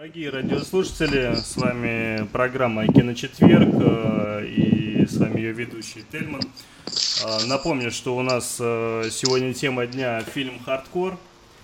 Дорогие радиослушатели, с вами программа «Киночетверг» и с вами ее ведущий Тельман. Напомню, что у нас сегодня тема дня фильм «Хардкор».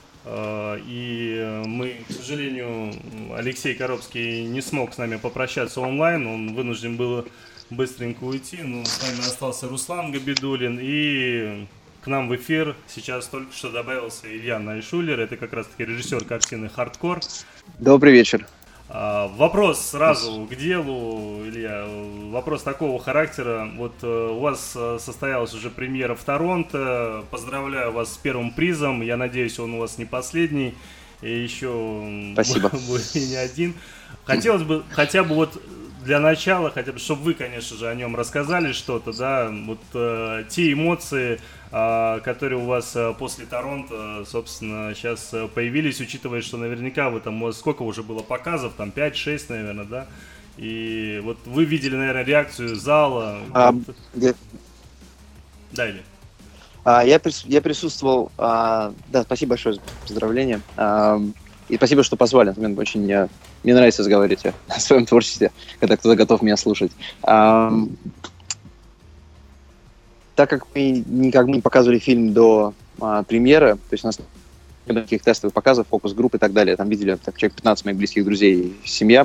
И мы, к сожалению, Алексей Коробский не смог с нами попрощаться онлайн, он вынужден был быстренько уйти, но с нами остался Руслан Габидуллин, и к нам в эфир сейчас только что добавился Илья Найшулер, это как раз-таки режиссер картины «Хардкор». Добрый вечер. Вопрос сразу к делу, Илья. Вопрос такого характера. Вот у вас состоялась уже премьера в Торонто. Поздравляю вас с первым призом. Я надеюсь, он у вас не последний. И еще Спасибо. будет и не один. Хотелось бы хотя бы вот для начала, хотя бы, чтобы вы, конечно же, о нем рассказали что-то, да, вот те эмоции, которые у вас после Торонто, собственно, сейчас появились, учитывая, что наверняка вы там, сколько уже было показов, там 5-6, наверное, да, и вот вы видели, наверное, реакцию зала. Да, или? Я присутствовал, да, спасибо большое за поздравления, и спасибо, что позвали, очень... Мне нравится разговаривать о своем творчестве, когда кто-то готов меня слушать. Так как мы никак не показывали фильм до премьеры, то есть у нас не было никаких тестовых показов, фокус-групп и так далее, там видели человек 15 моих близких друзей и семья.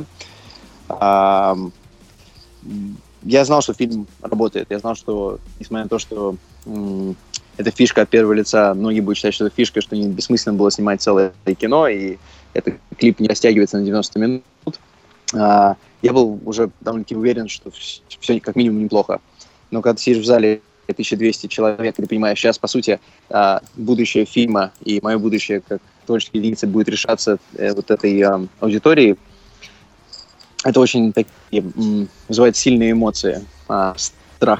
Я знал, что фильм работает, я знал, что, несмотря на то, что это фишка от первого лица, многие будут считать, что это фишка, что бессмысленно было снимать целое кино, и этот клип не растягивается на 90 минут. Я был уже довольно-таки уверен, что все как минимум неплохо. Но когда ты сидишь в зале 1200 человек, и ты понимаешь, сейчас, по сути, будущее фильма и мое будущее как творческий единицы будет решаться вот этой аудиторией, это очень такие, вызывает сильные эмоции, страх.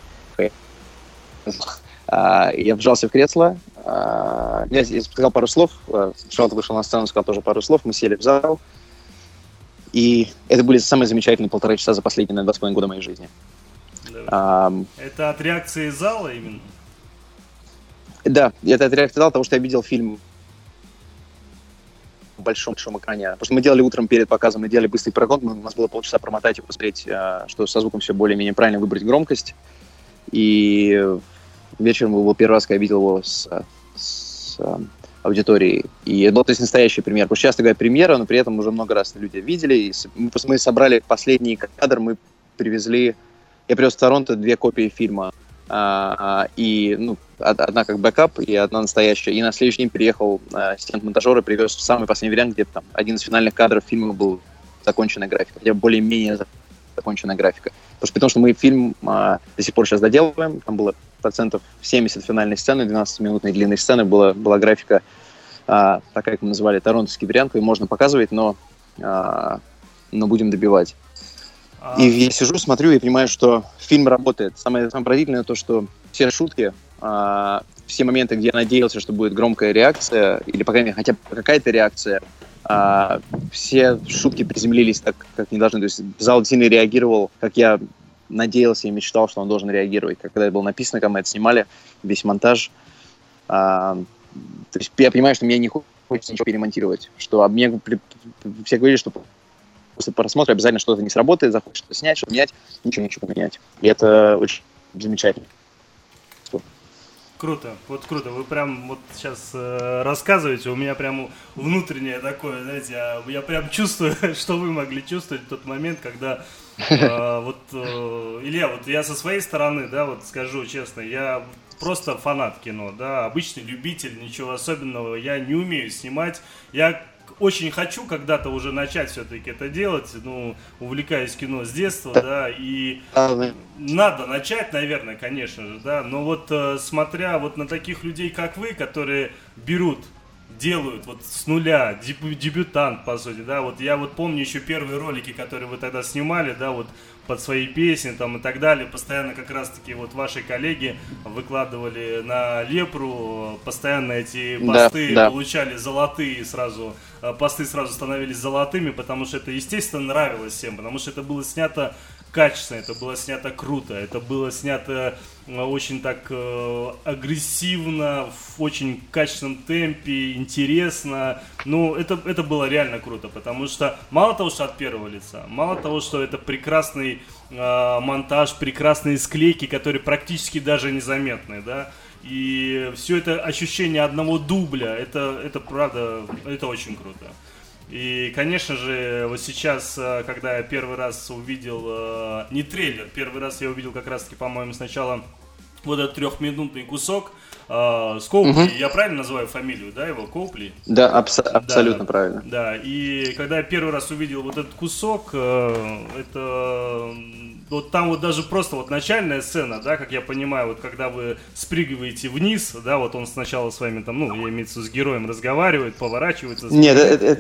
Я вжался в кресло, я сказал пару слов, Шалт вышел на сцену, сказал тоже пару слов, мы сели в зал, и это были самые замечательные 1,5 часа за последние 2,5 года моей жизни. Да. Это от реакции зала именно? Да, это от реакции зала, потому что я видел фильм в большом экране. Потому что мы делали утром перед показом, мы делали быстрый прокат, у нас было полчаса промотать и посмотреть, что со звуком все более-менее правильно, выбрать громкость. И вечером был первый раз, когда я видел его с аудиторией. И это был, то есть, настоящий премьер. Потому что часто говорят премьера, но при этом уже много раз люди видели. И мы собрали последний кадр, мы привезли... Я привез в Торонто 2 копии фильма. И одна как бэкап, и одна настоящая. И на следующий день приехал ассистент-монтажер и привез самый последний вариант, где там один из финальных кадров фильма был законченная графика. Хотя бы более-менее законченная графика. Потому что мы фильм до сих пор сейчас доделываем. Там было 70% финальной сцены, 12-минутной длинной сцены была графика, такая, как мы называли, торонтовский вариант, ее можно показывать, но будем добивать. И я сижу, смотрю и понимаю, что фильм работает. Самое поразительное то, что все шутки, все моменты, где я надеялся, что будет громкая реакция, или, по крайней мере, хотя бы какая-то реакция, все шутки приземлились так, как не должны. То есть зал сильно реагировал, как я надеялся и мечтал, что он должен реагировать. Когда это было написано, когда мы это снимали, весь монтаж. То есть я понимаю, что мне не хочется ничего перемонтировать. Что мне все говорили, что после просмотра обязательно что-то не сработает, захочешь что-то снять, что-то менять, ничего поменять. И это очень замечательно. Круто, вот круто. Вы прям вот сейчас рассказываете, у меня прям внутреннее такое, знаете, я прям чувствую, что вы могли чувствовать в тот момент, когда Илья, вот я со своей стороны, да, вот скажу честно, я просто фанат кино, да, обычный любитель, ничего особенного, я не умею снимать, я очень хочу когда-то уже начать все-таки это делать, увлекаюсь кино с детства, да, и надо начать, наверное, конечно же, да, но вот смотря вот на таких людей, как вы, которые делают вот с нуля, дебютант, по сути, да, вот я вот помню еще первые ролики, которые вы тогда снимали, да, вот под свои песни там и так далее, постоянно как раз-таки вот ваши коллеги выкладывали на Лепру, постоянно эти посты получали золотые сразу, посты сразу становились золотыми, потому что это, естественно, нравилось всем, потому что это было снято качественно, это было снято круто, это было снято очень так агрессивно, в очень качественном темпе, интересно. Ну, это было реально круто, потому что мало того, что от первого лица, мало того, что это прекрасный монтаж, прекрасные склейки, которые практически даже незаметны, да, и все это ощущение одного дубля, это правда, это очень круто. И, конечно же, вот сейчас, когда я первый раз увидел, не трейлер, первый раз я увидел как раз-таки, по-моему, сначала вот этот 3-минутный кусок с Коупли, я правильно называю фамилию, да, его, Коупли? Да, абсолютно правильно. Да, и когда я первый раз увидел вот этот кусок, это... Вот там вот даже просто вот начальная сцена, да, как я понимаю, вот когда вы спрыгиваете вниз, да, вот он сначала с вами там, ну, я имею в виду, с героем разговаривает, поворачивается. Нет,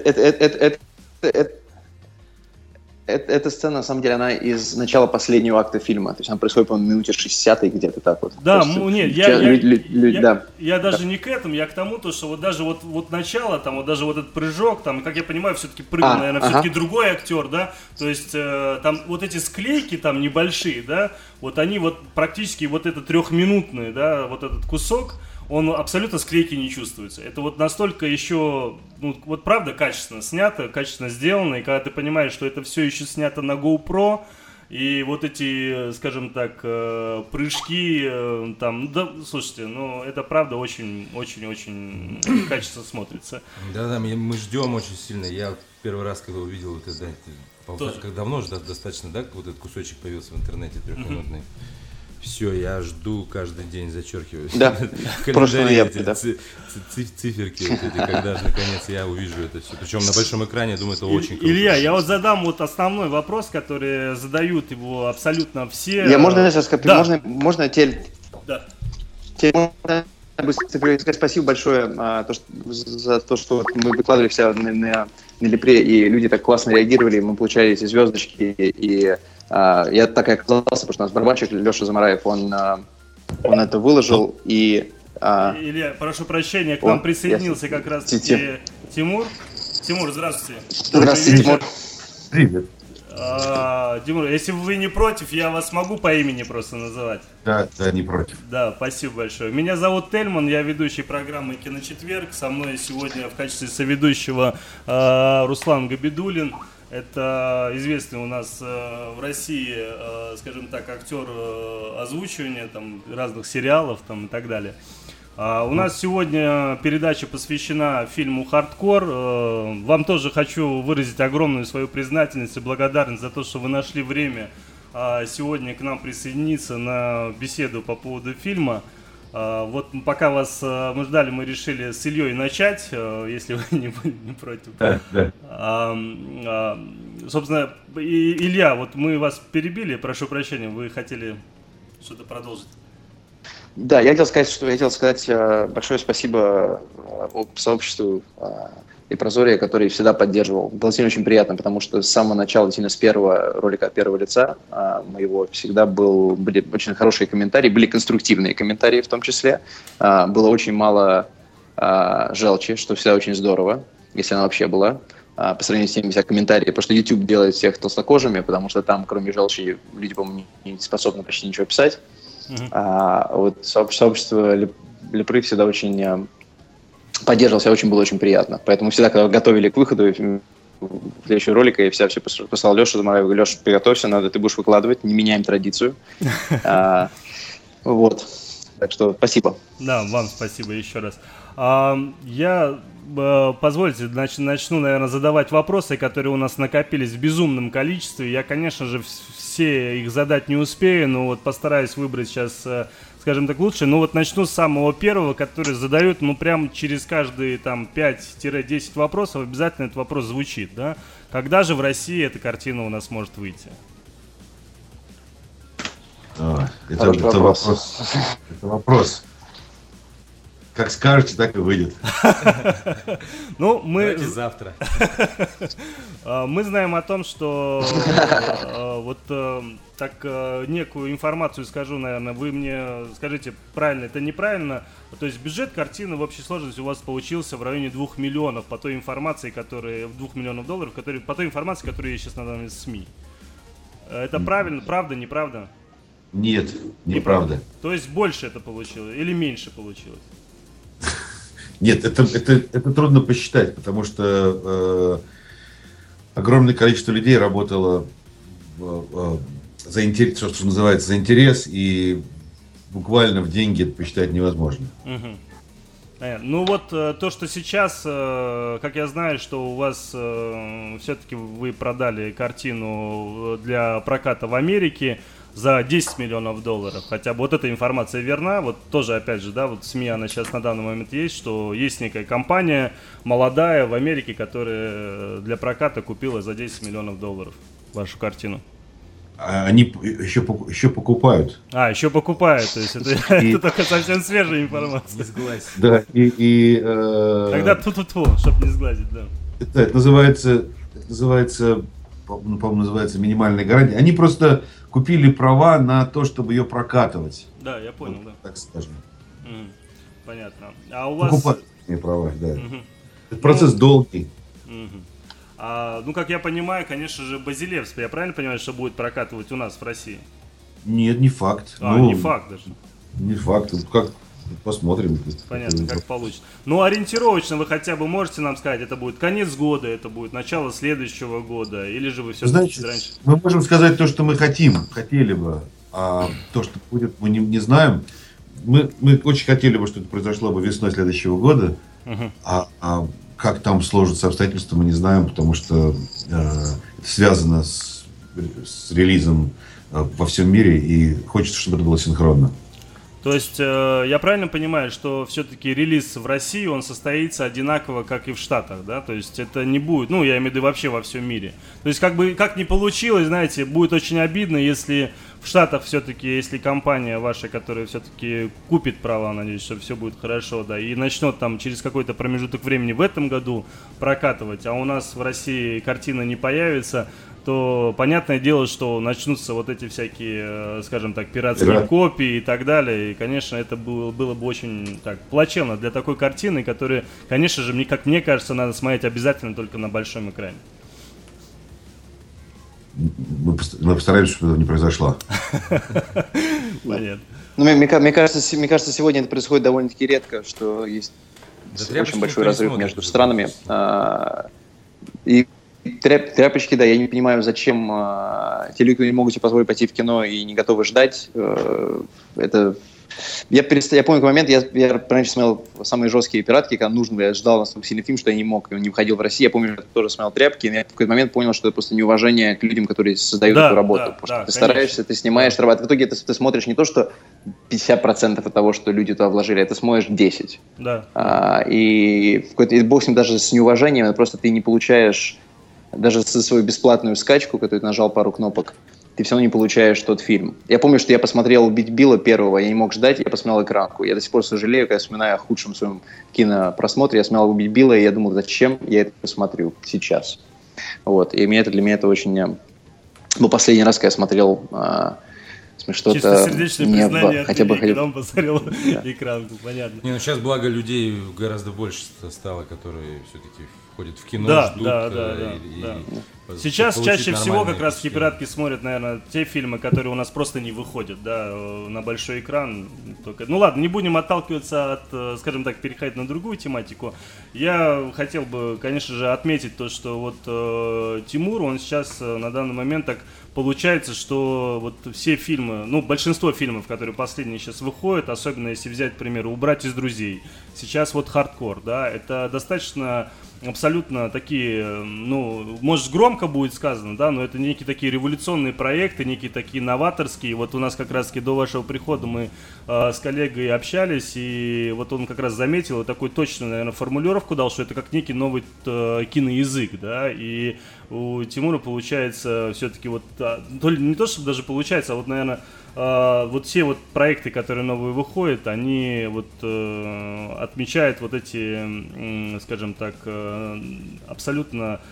эта сцена, на самом деле, она из начала последнего акта фильма. То есть она происходит, по-моему, в минуте 60-й где-то так вот. Да, есть, нет, я даже не к этому, я к тому, то, что вот даже вот начало, там, вот даже вот этот прыжок, там, как я понимаю, все-таки прыгал, наверное, все-таки другой актер, да, то есть там вот эти склейки там небольшие, да, вот они вот практически вот это 3-минутный, да, вот этот кусок, он абсолютно склейки не чувствуется. Это вот настолько еще, ну, вот правда качественно снято, качественно сделано, и когда ты понимаешь, что это все еще снято на GoPro, и вот эти, скажем так, прыжки, там, да, слушайте, ну, это правда очень-очень-очень качественно смотрится. Да-да, мы ждем очень сильно. Я первый раз, когда увидел вот это, как давно уже достаточно, да, вот этот кусочек появился в интернете 3-минутный. Все, я жду каждый день, зачеркиваю. Да, календаре эти циферки, вот эти, когда же наконец я увижу это все. Причем на большом экране, я думаю, это очень круто. Илья, я вот задам вот основной вопрос, который задают его абсолютно все. Можно сейчас сказать, да. можно быстро сказать спасибо большое за то, что мы выкладывали все на Лепре, и люди так классно реагировали, мы получали эти звездочки, и я так и оказался, потому что у нас барабанщик Леша Замараев, он это выложил, и... Илья, прошу прощения, к нам присоединился как раз Тимур. Тимур, здравствуйте. Здравствуйте, Тимур. Привет. Тимур, если вы не против, я вас могу по имени просто называть? Да, не против. Да, спасибо большое. Меня зовут Тельман, я ведущий программы «Киночетверг». Со мной сегодня в качестве соведущего Руслан Габидуллин. Это известный у нас в России, скажем так, актер озвучивания там, разных сериалов там, и так далее. У нас сегодня передача посвящена фильму «Хардкор». Вам тоже хочу выразить огромную свою признательность и благодарность за то, что вы нашли время сегодня к нам присоединиться на беседу по поводу фильма. Вот пока вас мы ждали, мы решили с Ильей начать, если вы не против. Да. Собственно, Илья, вот мы вас перебили, прошу прощения, вы хотели что-то продолжить? Да, я хотел сказать большое спасибо сообществу Лепрозория, который всегда поддерживал. Было очень приятно, потому что с самого начала, действительно, с первого ролика от первого лица моего всегда были очень хорошие комментарии, были конструктивные комментарии в том числе. Было очень мало желчи, что всегда очень здорово, если она вообще была, по сравнению с теми комментариями, потому что YouTube делает всех толстокожими, потому что там, кроме желчи, люди, по-моему, не способны почти ничего писать. Вот сообщество Лепры всегда очень поддерживался, очень было очень приятно. Поэтому всегда, когда готовили к выходу следующего ролика, я все послал Лешу Замараеву, говорю: Леша, приготовься, ты будешь выкладывать, не меняем традицию. Вот. Так что спасибо. Да, вам спасибо еще раз. Я, позвольте, начну, наверное, задавать вопросы, которые у нас накопились в безумном количестве. Я, конечно же, все их задать не успею, но вот постараюсь выбрать сейчас, скажем так, лучше. Но вот начну с самого первого, который задают, прям через каждые там 5-10 вопросов обязательно этот вопрос звучит, да? Когда же в России эта картина у нас может выйти? Это вопрос. Как скажете, так и выйдет. Давайте завтра. Мы знаем о том, что вот так некую информацию скажу, наверное, вы мне скажите, правильно это неправильно. То есть бюджет картины в общей сложности у вас получился в районе 2 миллионов по той информации, которая $2 миллионов, по той информации, которая есть сейчас на данный СМИ. Это правильно, правда, неправда? Нет, неправда. То есть больше это получилось или меньше получилось? Нет, это трудно посчитать, потому что огромное количество людей работало за интерес, что называется, за интерес, и буквально в деньги это посчитать невозможно. Угу. Ну вот то, что сейчас, как я знаю, что у вас все-таки вы продали картину для проката в Америке за 10 миллионов долларов. Хотя бы вот эта информация верна. Вот тоже, опять же, да, вот в СМИ она сейчас на данный момент есть, что есть некая компания молодая в Америке, которая для проката купила за 10 миллионов долларов вашу картину. Они еще покупают. Еще покупают, то есть это только совсем свежая информация. Не сглазь. Да, Тогда тьфу-тьфу-тьфу, чтобы не сглазить, да. Это называется, по-моему, называется минимальная гарантия. Они просто купили права на то, чтобы ее прокатывать. Да, я понял, вот, да. Так скажем. Понятно. А у вас... Покупают права, да. Это процесс долгий. Ну, как я понимаю, конечно же, Базилевс, я правильно понимаю, что будет прокатывать у нас в России? Нет, не факт. Не факт даже. Не факт. Как посмотрим. Понятно, как получится. Ну, ориентировочно вы хотя бы можете нам сказать, это будет конец года, это будет начало следующего года, или же вы все-таки чуть раньше? Мы можем сказать то, что мы хотели бы, а то, что будет, мы не знаем. Мы очень хотели бы, чтобы это произошло бы весной следующего года, а как там сложатся обстоятельства, мы не знаем, потому что это связано с релизом во всем мире, и хочется, чтобы это было синхронно. То есть я правильно понимаю, что все-таки релиз в России, он состоится одинаково, как и в Штатах, да? То есть это не будет, я имею в виду вообще во всем мире. То есть как ни получилось, знаете, будет очень обидно, если в Штатах все-таки, если компания ваша, которая все-таки купит права, надеюсь, что все будет хорошо, да, и начнет там через какой-то промежуток времени в этом году прокатывать, а у нас в России картина не появится, то понятное дело, что начнутся вот эти всякие, скажем так, пиратские копии и так далее. И, конечно, это было бы очень так плачевно для такой картины, которую, конечно же, как мне кажется, надо смотреть обязательно только на большом экране. Мы постараемся, чтобы это не произошло. Понятно. Мне кажется, сегодня это происходит довольно-таки редко, что есть очень большой разрыв между странами. И тряпочки, да, я не понимаю, зачем те люди, кто не могут себе позволить пойти в кино и не готовы ждать. Я помню момент, я раньше смотрел самые жесткие пиратки, когда нужно было, я ждал настолько сильный фильм, что я не мог, он не выходил в Россию. Я помню, что я тоже смотрел тряпки, и я в какой-то момент понял, что это просто неуважение к людям, которые создают эту работу. Потому что ты стараешься, ты снимаешь, в итоге ты смотришь не то, что 50% от того, что люди туда вложили, а ты смотришь 10%. Да. И бог с ним даже с неуважением, просто ты не получаешь, даже за свою бесплатную скачку, которую ты нажал пару кнопок, ты все равно не получаешь тот фильм. Я помню, что я посмотрел «Убить Билла» первого, я не мог ждать, я посмотрел экранку. Я до сих пор сожалею, когда вспоминаю о худшем своем кинопросмотре. Я смотрел «Убить Билла», и я думал, зачем я это посмотрю сейчас. Вот. И для меня это очень... последний раз, когда я смотрел что-то... Чистосердечное признание хотя бы когда он посмотрел экранку, понятно. Сейчас, благо, людей гораздо больше стало, которые все-таки ходят в кино, ждут. Да. Сейчас чаще всего как раз пиратки смотрят, наверное, те фильмы, которые у нас просто не выходят, да, на большой экран. Ну ладно, не будем отталкиваться от, скажем так, переходить на другую тематику. Я хотел бы, конечно же, отметить то, что вот Тимур, он сейчас на данный момент так получается, что вот все фильмы, большинство фильмов, которые последние сейчас выходят, особенно если взять, к примеру, «Убрать из друзей», сейчас вот «Хардкор», да, это достаточно абсолютно такие, может, громко будет сказано, да, но это некие такие революционные проекты, некие такие новаторские. Вот у нас как раз-таки до вашего прихода мы с коллегой общались, и вот он как раз заметил вот такую точную, наверное, формулировку дал, что это как некий новый киноязык, да, и у Тимура получается все-таки вот, не то, чтобы даже получается, а вот, наверное, вот все вот проекты, которые новые выходят, они вот отмечают вот эти, скажем так, абсолютно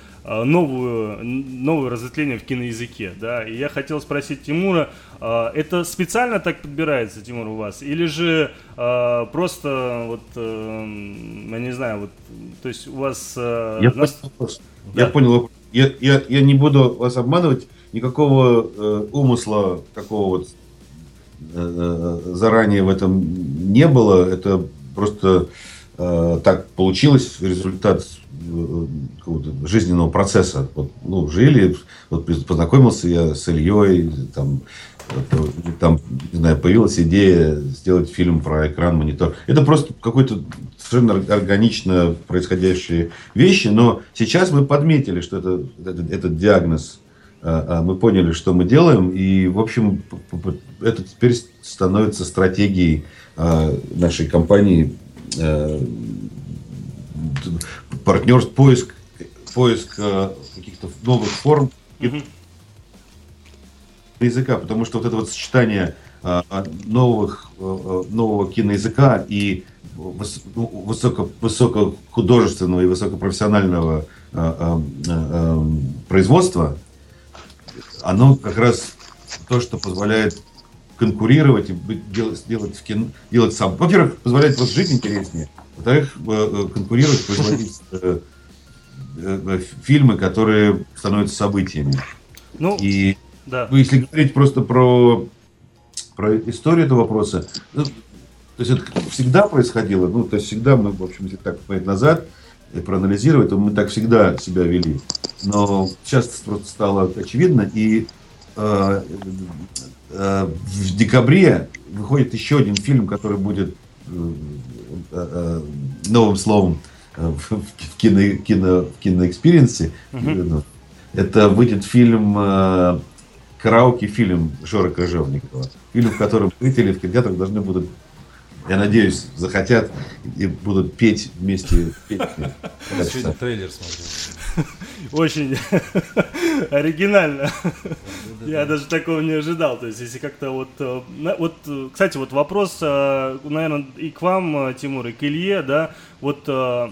новое разветвление в киноязыке, да, и я хотел спросить Тимура, это специально так подбирается, Тимур, у вас, или же просто вот, я не знаю, вот, то есть у вас... Я понял вопрос. я не буду вас обманывать, никакого умысла такого вот заранее в этом не было. Это просто так получилось, результат какого-то жизненного процесса. Вот, ну, жили, вот познакомился я с Ильей, там, не знаю, появилась идея сделать фильм про экран-монитор. Это просто какой-то совершенно органично происходящие вещи, но сейчас мы подметили, что этот диагноз, мы поняли, что мы делаем, и, в общем, это теперь становится стратегией нашей компании, партнерств, поиск каких-то новых форм языка, потому что вот это вот сочетание нового киноязыка и высокохудожественного и высокопрофессионального производства, оно как раз то, что позволяет конкурировать и делать сам. Во-первых, позволяет просто жить интереснее. Во-вторых, конкурировать, производить фильмы, которые становятся событиями. Ну, и да. Если говорить просто про историю этого вопроса, ну, то есть это всегда происходило, ну, то есть всегда мы, в общем, если так посмотреть назад и проанализировать, то мы так всегда себя вели. Но сейчас просто стало очевидно, и в декабре выходит еще один фильм, который будет новым словом в киноэкспириенсе. Это выйдет фильм, караоке-фильм Жоры Крыжовникова. Фильм, в котором зрители в кинотеатрах должны будут, я надеюсь, захотят и будут петь вместе. Сегодня трейлер смотрел. Очень оригинально. Я даже такого не ожидал. То есть, если как-то вот, кстати, вот вопрос, наверное, и к вам, Тимур, и к Илье, да, вот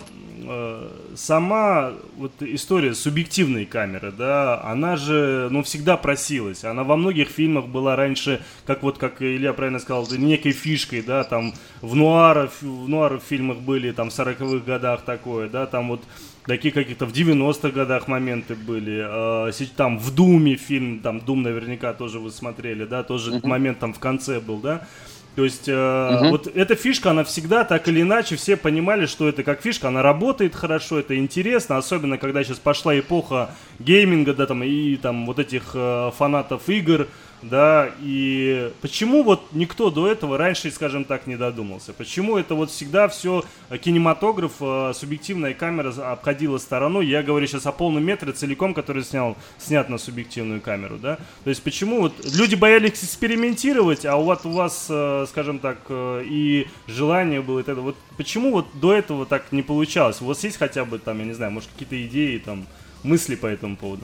сама вот история субъективной камеры, да, она же, ну, всегда просилась. Она во многих фильмах была раньше, как Илья правильно сказал, некой фишкой, да, там в нуарах в фильмах были, там, в 40-х годах такое, да, там вот такие какие-то в 90-х годах моменты были, там в Думе фильм, там Дум наверняка тоже вы смотрели, да, тоже этот момент там в конце был, да. То есть вот эта фишка, она всегда так или иначе, все понимали, что это как фишка, она работает хорошо, это интересно, особенно когда сейчас пошла эпоха гейминга, да, там, и там вот этих фанатов игр, да, и почему вот никто до этого раньше, скажем так, не додумался? Почему это вот всегда все кинематограф, субъективная камера обходила стороной? Я говорю сейчас о полном метре целиком, который снят на субъективную камеру, да? То есть почему вот люди боялись экспериментировать, а у вас, скажем так, и желание было, и это вот почему вот до этого так не получалось? У вас есть хотя бы там, я не знаю, может какие-то идеи, там, мысли по этому поводу?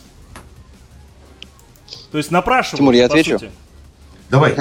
То есть напрашиваться, Тимур, я отвечу? Сути. Давай.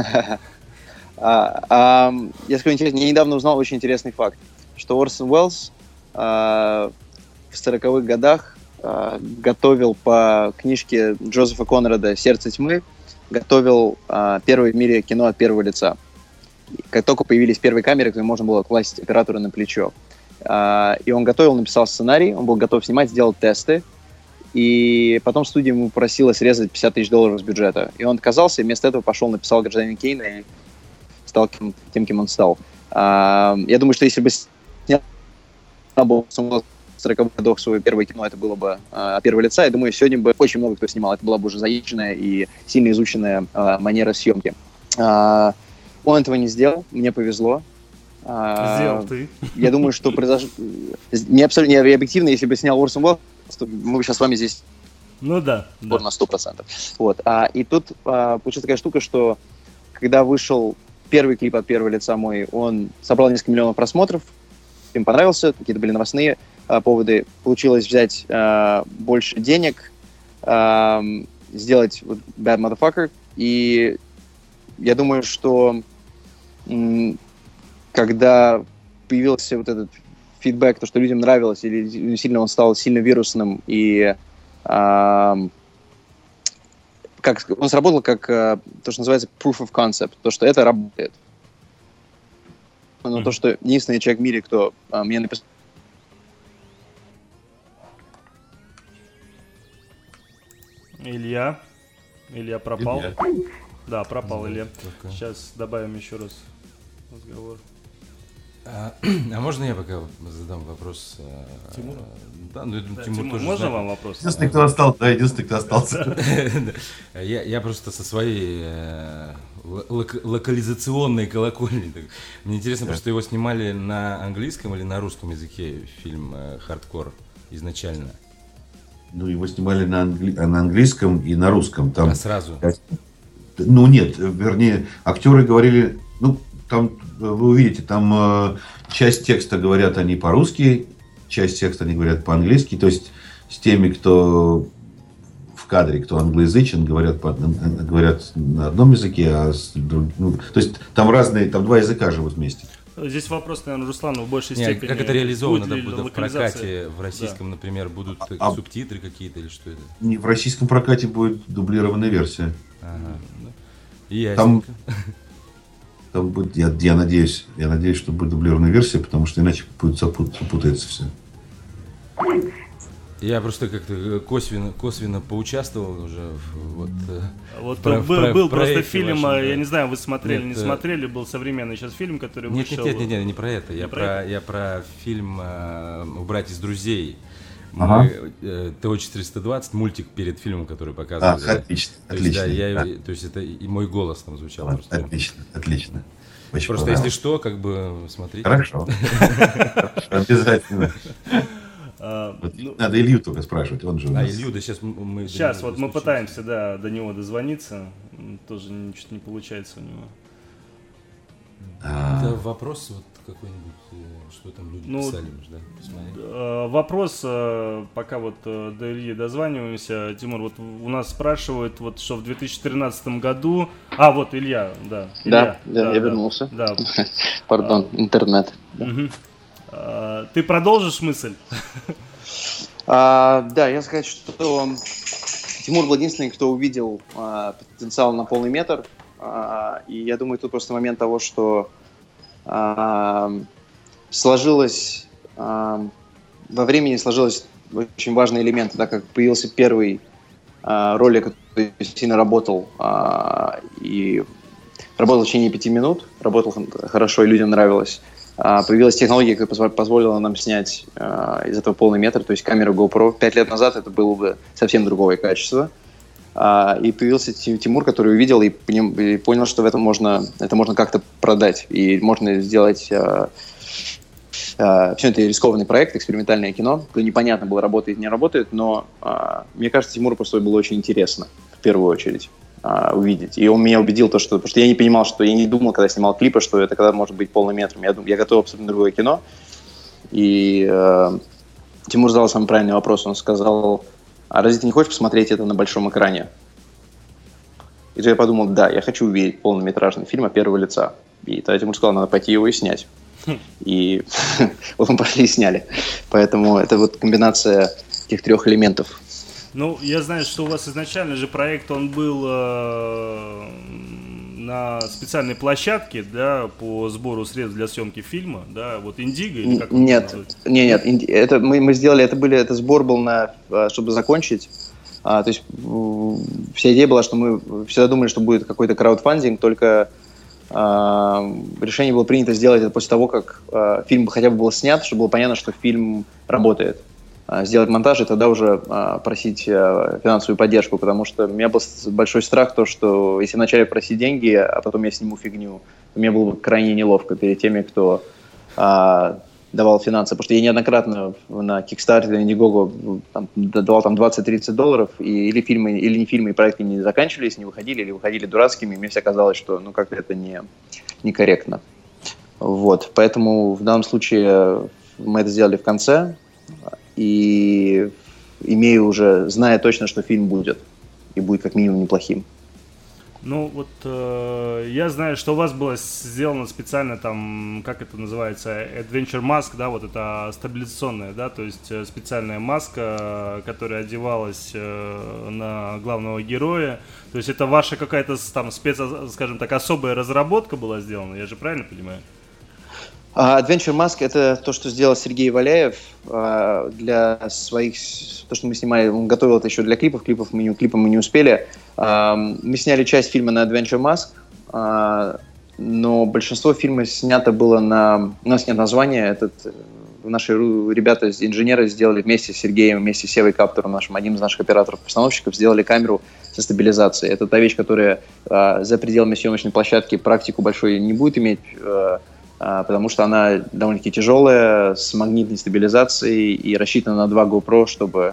Я скажу интересно, я недавно узнал очень интересный факт, что Орсон Уэллс в 40-х годах готовил по книжке Джозефа Конрада «Сердце тьмы», готовил первое в мире кино от первого лица. Как только появились первые камеры, то можно было класть оператора на плечо. И он готовил, написал сценарий, он был готов снимать, сделал тесты. И потом студия ему попросила срезать $50 тысяч с бюджета. И он отказался, и вместо этого пошел, написал «Гражданина Кейна» и стал тем, кем он стал. Я думаю, что если бы снял в 40-х годах свое первое кино, это было бы от первого лица. Я думаю, сегодня бы очень много кто снимал. Это была бы уже заезженная и сильно изученная манера съемки. Он этого не сделал, мне повезло. Сделал ты. Я думаю, что произошло... Не абсолютно не объективно, если бы снял Орсон Уэллс, мы бы сейчас с вами здесь на 100%. Вот. И тут получилась такая штука, что когда вышел первый клип от первого лица мой, он собрал несколько миллионов просмотров, им понравился, какие-то были новостные поводы. Получилось взять больше денег, сделать вот, Bad Motherfucker, и я думаю, что когда появился вот этот фидбэк, то, что людям нравилось, или сильно он стал сильно вирусным, и как он сработал как то, что называется proof of concept, то, что это работает. Но то, что единственный человек в мире, кто мне написал Илья пропал. Илья. Да, пропал Илья. Пока. Сейчас добавим еще раз разговор. А можно я пока задам вопрос? Тимуру? Да, ну, Да, Тимур тоже можно знает. вам вопрос? Единственный, кто остался. Да, единственный, кто остался. Я просто со своей локализационной колокольни. Мне интересно, просто его снимали на английском или на русском языке фильм «Хардкор» изначально? Ну, его снимали на английском и на русском. Там, сразу? Ну, нет, вернее, актеры говорили... Ну, там, вы увидите, там часть текста говорят они по-русски, часть текста они говорят по-английски. То есть, с теми, кто в кадре, кто англоязычен, говорят на одном языке, то есть, там разные, там два языка живут вместе. Здесь вопрос, наверное, Руслану в большей Нет, степени. как это реализовано будет ли будет в локализация? прокате в российском, например, будут субтитры какие-то или что это? В российском прокате будет дублированная версия. Ага. Ясненько. Там будет, я надеюсь, что будет дублированная версия, потому что иначе будет запутается все. Я просто как-то косвенно поучаствовал уже Вот был просто фильм, вашем, я не знаю, вы смотрели, Нет, не смотрели, был современный сейчас фильм, который вышел. Нет, не про это. Я про фильм «Убрать из друзей». Ага. ТО-420, мультик перед фильмом, который показывали. Отлично, отлично. То есть это и мой голос там звучал. Отлично. Очень Просто если что, как бы смотрите. Хорошо. Обязательно. Надо Илью только спрашивать, он же у нас. Илью, да сейчас мы... Сейчас вот мы пытаемся, до него дозвониться, тоже ничего не получается у него. Да, вопрос вот какой-нибудь, что там люди писали, может, да? Посмотри. Вопрос, пока вот до Ильи дозваниваемся, Тимур, вот у нас спрашивают, вот что в 2013 году... вот Илья, да. Да, я вернулся. Да. Пардон, интернет. Угу. Ты продолжишь мысль? Да, я сказать, что Тимур был единственный, кто увидел потенциал на полный метр. И я думаю, тут просто момент того, что сложилось во времени сложилось очень важные элементы, так как появился первый ролик, который сильно работал и работал в течение 5 минут, работал хорошо и людям нравилось. Появилась технология, которая позволила нам снять из этого полный метр, то есть камеру GoPro. 5 лет назад это было бы совсем другое качество. И появился Тимур, который увидел и понял, что это можно как-то продать. И можно сделать... Все это рискованный проект, экспериментальное кино. Непонятно было, работает, не работает, но мне кажется, Тимуру просто было очень интересно, в первую очередь, увидеть. И он меня убедил, потому что я не понимал, я не думал, когда снимал клипы, что это когда может быть полным метром. Я готовил абсолютно другое кино. И Тимур задал самый правильный вопрос. Он сказал: а разве ты не хочешь посмотреть это на большом экране? И я подумал, да, я хочу увидеть полнометражный фильм от первого лица. И тогда Тимур сказал, надо пойти его и снять. И вот мы пошли и сняли. Поэтому это вот комбинация этих 3 элементов. Ну, я знаю, что у вас изначально же проект, он был на специальной площадке, да, по сбору средств для съемки фильма, да, вот Индиго или как? Нет, это мы сделали, это сбор был чтобы закончить. То есть вся идея была, что мы всегда думали, что будет какой-то краудфандинг, только решение было принято сделать это после того, как фильм хотя бы был снят, чтобы было понятно, что фильм работает. Сделать монтаж и тогда уже просить финансовую поддержку, потому что у меня был большой страх, что если вначале просить деньги, а потом я сниму фигню, то мне было бы крайне неловко перед теми, кто давал финансы, потому что я неоднократно на Kickstarter или Indiegogo давал там $20-30, или не фильмы и проекты не заканчивались, не выходили, или выходили дурацкими, и мне всегда казалось, что как-то это некорректно. Вот, поэтому в данном случае мы это сделали в конце, и зная точно, что фильм будет, и будет как минимум неплохим. Ну, вот я знаю, что у вас было сделано специально там, как это называется, Adventure Mask, да, вот это стабилизационная, да, то есть специальная маска, которая одевалась на главного героя. То есть это ваша какая-то там скажем так, особая разработка была сделана, я же правильно понимаю? Adventure Mask — это то, что сделал Сергей Валяев для своих... То, что мы снимали, он готовил это еще для клипов. Клипом мы не успели. Мы сняли часть фильма на Adventure Mask, но большинство фильма снято было на... У нас нет названия. Наши ребята, инженеры, сделали вместе с Сергеем, вместе с Севой Каптором, одним из наших операторов-постановщиков, сделали камеру со стабилизацией. Это та вещь, которая за пределами съемочной площадки практику большой не будет иметь, потому что она довольно-таки тяжелая, с магнитной стабилизацией и рассчитана на 2 GoPro, чтобы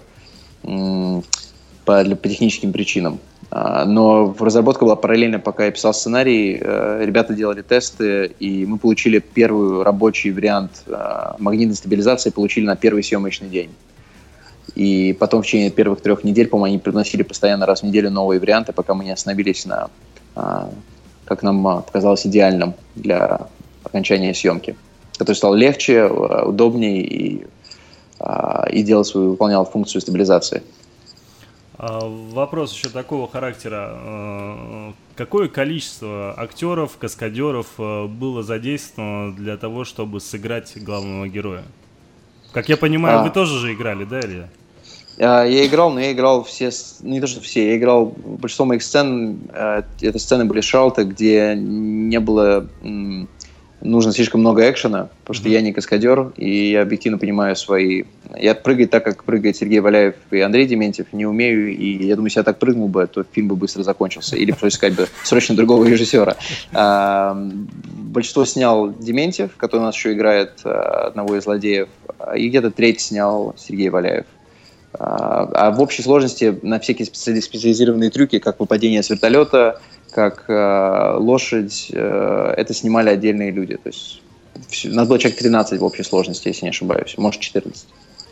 по техническим причинам. Но разработка была параллельно, пока я писал сценарий. Ребята делали тесты, и мы получили первый рабочий вариант магнитной стабилизации, получили на первый съемочный день. И потом в течение первых 3 недель, по-моему, они приносили постоянно раз в неделю новые варианты, пока мы не остановились на, как нам показалось, идеальном для окончания съемки, который стал легче, удобнее и выполнял функцию стабилизации. Вопрос еще такого характера. Какое количество актеров, каскадеров было задействовано для того, чтобы сыграть главного героя? Как я понимаю, вы тоже же играли, да, Илья? Я играл, но я играл все, не то что все, я играл большинство моих сцен, это сцены были шауты, где не было нужно слишком много экшена, потому что я не каскадер, и я объективно понимаю свои... Я прыгать так, как прыгает Сергей Валяев и Андрей Дементьев, не умею, и я думаю, если я так прыгнул бы, то фильм бы быстро закончился, или пришлось искать бы срочно другого режиссера. Большинство снял Дементьев, который у нас еще играет одного из злодеев, и где-то треть снял Сергей Валяев. А в общей сложности на всякие специализированные трюки, как выпадение с вертолета, как лошадь, это снимали отдельные люди. То есть у нас было человек 13 в общей сложности, если не ошибаюсь, может 14.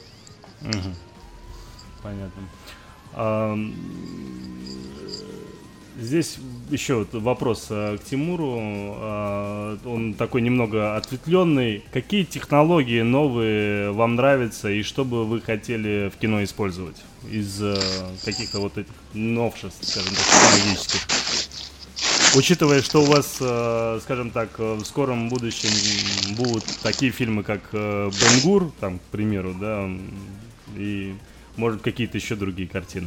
Понятно. Здесь еще вопрос к Тимуру, он такой немного ответвленный. Какие технологии новые вам нравятся и что бы вы хотели в кино использовать из каких-то вот этих новшеств, скажем так, технологических? Учитывая, что у вас, скажем так, в скором будущем будут такие фильмы, как Бен-Гур, там, к примеру, да, и, может, какие-то еще другие картины.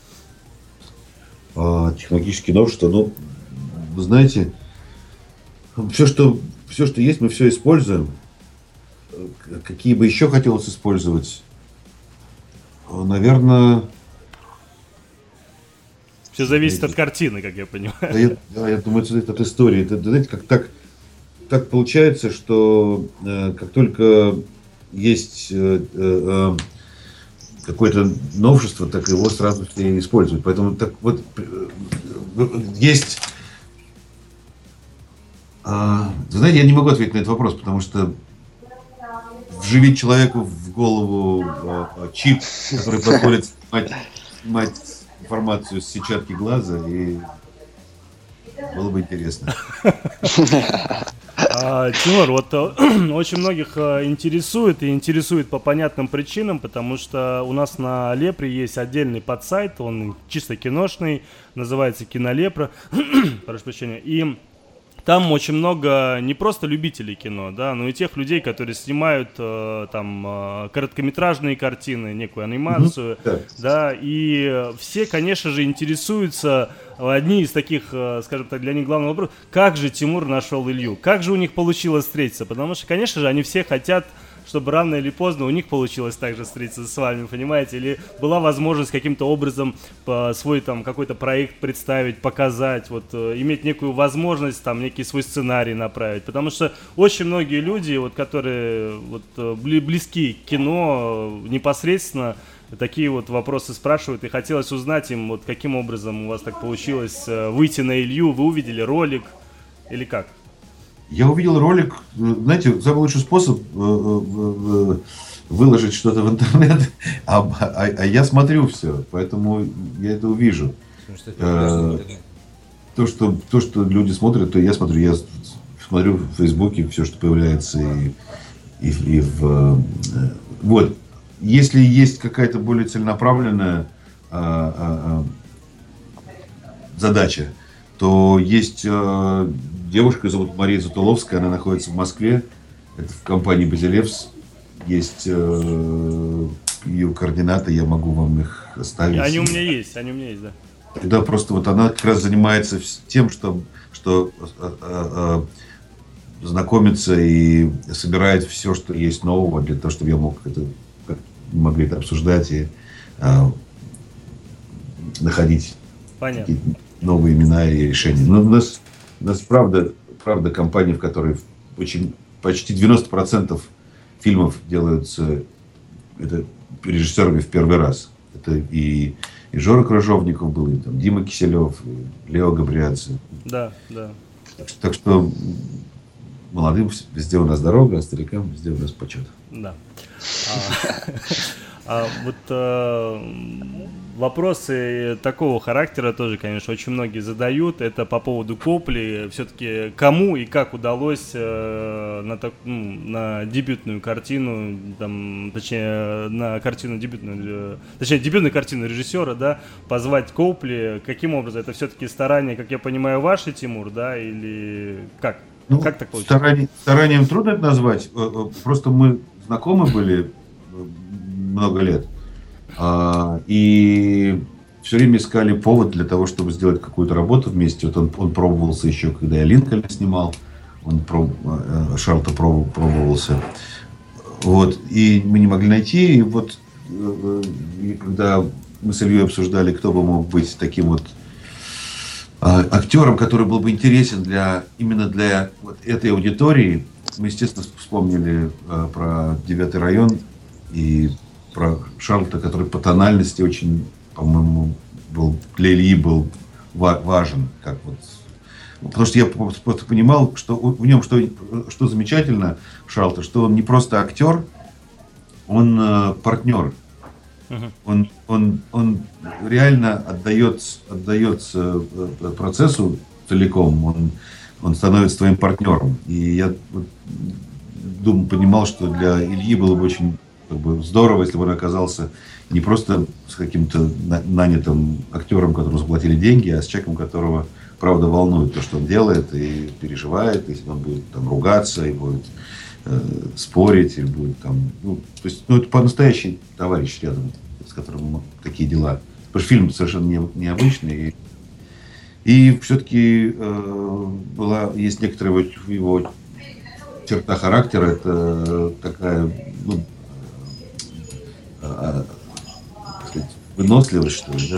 Технологические новшества, ну, вы знаете, все, что есть, мы все используем. Какие бы еще хотелось использовать? Наверное... Все зависит от картины, как я понимаю. Я думаю, это зависит от истории. Это, знаете, как так получается, что как только есть какое-то новшество, так его сразу все используют. Поэтому так вот есть... Знаете, я не могу ответить на этот вопрос, потому что вживить человеку в голову чип, который позволит снимать информацию с сетчатки глаза, и было бы интересно. Тимур, вот очень многих интересует по понятным причинам, потому что у нас на Лепре есть отдельный подсайт, он чисто киношный, называется Кинолепра, прошу прощения, и там очень много не просто любителей кино, да, но и тех людей, которые снимают там короткометражные картины, некую анимацию, да, и все, конечно же, интересуются. Одни из таких, скажем так, для них главный вопрос: как же Тимур нашел Илью, как же у них получилось встретиться, потому что, конечно же, они все хотят, чтобы рано или поздно у них получилось также встретиться с вами, понимаете, или была возможность каким-то образом свой там какой-то проект представить, показать, вот иметь некую возможность там некий свой сценарий направить, потому что очень многие люди, вот, которые вот близки к кино непосредственно, такие вот вопросы спрашивают, и хотелось узнать им, вот каким образом у вас так получилось выйти на Илью, вы увидели ролик или как? Я увидел ролик, знаете, самый лучший способ выложить что-то в интернет, а я смотрю все, поэтому я это увижу. То, что люди смотрят, то я смотрю. Я смотрю в Фейсбуке все, что появляется, и вот. Если есть какая-то более целенаправленная задача, то есть девушка, зовут Мария Затуловская, она находится в Москве, Это в компании Базилевс есть ее координаты, я могу вам их оставить. Они у меня есть, да. Да, просто вот она как раз занимается тем, что знакомится и собирает все, что есть нового, для того, чтобы я мог могли это обсуждать и находить какие-то новые имена и решения. Но у нас правда компания, в которой почти 90% фильмов делаются режиссерами в первый раз. Это и Жора Крыжовников был, и там Дима Киселев, и Лео Габриадзе. Да. Так что молодым везде у нас дорога, а старикам везде у нас почет. Да. Вопросы такого характера тоже, конечно, очень многие задают. Это по поводу Копли. Все-таки кому и как удалось на дебютную картину, дебютную картину режиссера, да, позвать Копли? Каким образом? Это все-таки старание, как я понимаю, ваше, Тимур, да, или как? Как так получилось? Старанием трудно это назвать. Просто мы знакомы были много лет. И все время искали повод для того, чтобы сделать какую-то работу вместе. Вот он пробовался еще, когда я Линкольна снимал. Шарлта пробовался. Вот. И мы не могли найти. И вот когда мы с Ильей обсуждали, кто бы мог быть таким вот актером, который был бы интересен именно для вот этой аудитории, мы, естественно, вспомнили про 9-й район и про Шарлта, который по тональности очень, по-моему, для Ильи был важен. Потому что я просто понимал, что в нем что замечательно в Шарлте, что он не просто актер, он партнер. Он реально отдается процессу целиком. Он становится твоим партнером. И я понимал, что для Ильи было бы очень здорово, если бы он оказался не просто с каким-то нанятым актером, которому заплатили деньги, а с человеком, которого правда волнует то, что он делает, и переживает, если он будет там ругаться, и будет спорить, и будет там... это по-настоящему товарищ рядом, с которым такие дела. Потому что фильм совершенно необычный. И все-таки есть некоторая его черта характера, это такая, выносливость, что ли, да?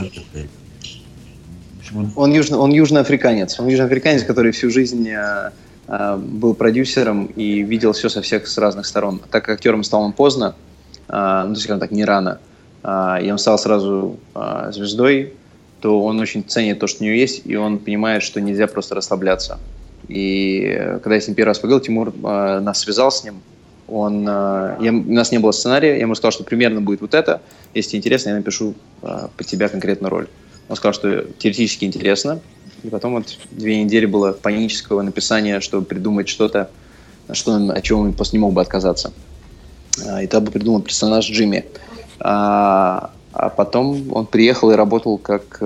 Он южноафриканец. Он южноафриканец, который всю жизнь был продюсером и видел все с разных сторон. Так как актером стал он поздно, скажем так, не рано, и он стал сразу звездой, то он очень ценит то, что у него есть, и он понимает, что нельзя просто расслабляться. И когда я с ним первый раз поговорил, Тимур нас связал с ним. У нас не было сценария, я ему сказал, что примерно будет вот это. Если интересно, я напишу под тебя конкретную роль. Он сказал, что теоретически интересно. И потом 2 недели было панического написания, чтобы придумать что-то, от чего он просто не мог бы отказаться. И тогда бы придумал персонаж Джимми. А потом он приехал и работал как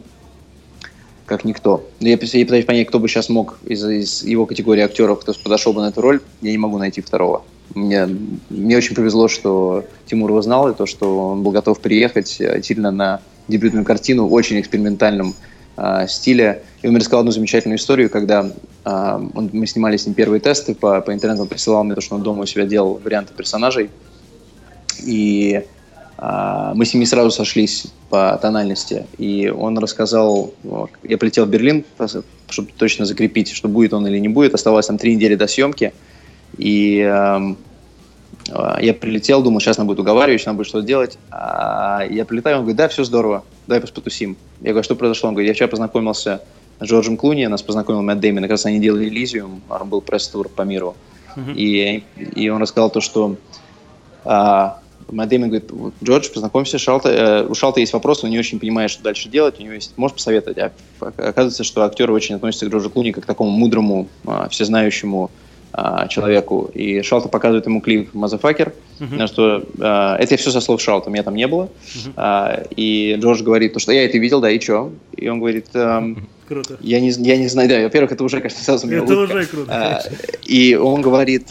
никто. Я пытаюсь понять, кто бы сейчас мог из его категории актеров, кто подошел бы на эту роль. Я не могу найти второго. Мне очень повезло, что Тимур его знал, и то, что он был готов приехать сильно на дебютную картину в очень экспериментальном стиле. И он мне рассказал одну замечательную историю, когда мы снимали с ним первые тесты по интернету, он присылал мне то, что он дома у себя делал варианты персонажей. И мы с ним не сразу сошлись по тональности. И он рассказал, я полетел в Берлин, чтобы точно закрепить, что будет он или не будет. Оставалось там 3 недели до съемки. И я прилетел, думал, сейчас надо будет уговаривать, надо будет что-то делать. Я прилетаю, он говорит, да, все здорово, давай потусим. Я говорю, что произошло? Он говорит, я вчера познакомился с Джорджем Клуни, нас познакомил Мэтт Дэймон, как раз они делали «Элизиум», был пресс-тур по миру. И он рассказал то, что Мэтт Дэймон говорит, Джордж, познакомься, у Шарлта есть вопросы, он не очень понимает, что дальше делать, у него есть, можешь посоветовать? Оказывается, что актеры очень относятся к Джорджу Клуни как к такому мудрому, всезнающему человеку, и Шалта показывает ему клип «Motherfucker», на что это все со слов Шалта, меня там не было, и Джордж говорит, что я это видел, да, и что? И он говорит, круто. Я не знаю, да, во-первых, это уже, конечно, сразу мне это улыбка. Уже круто. И он говорит,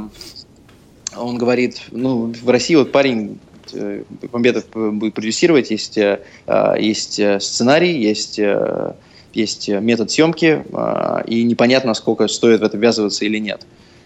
ну, в России вот парень Мамбетов будет продюсировать, есть сценарий, есть метод съемки, и непонятно, сколько стоит в это ввязываться или нет.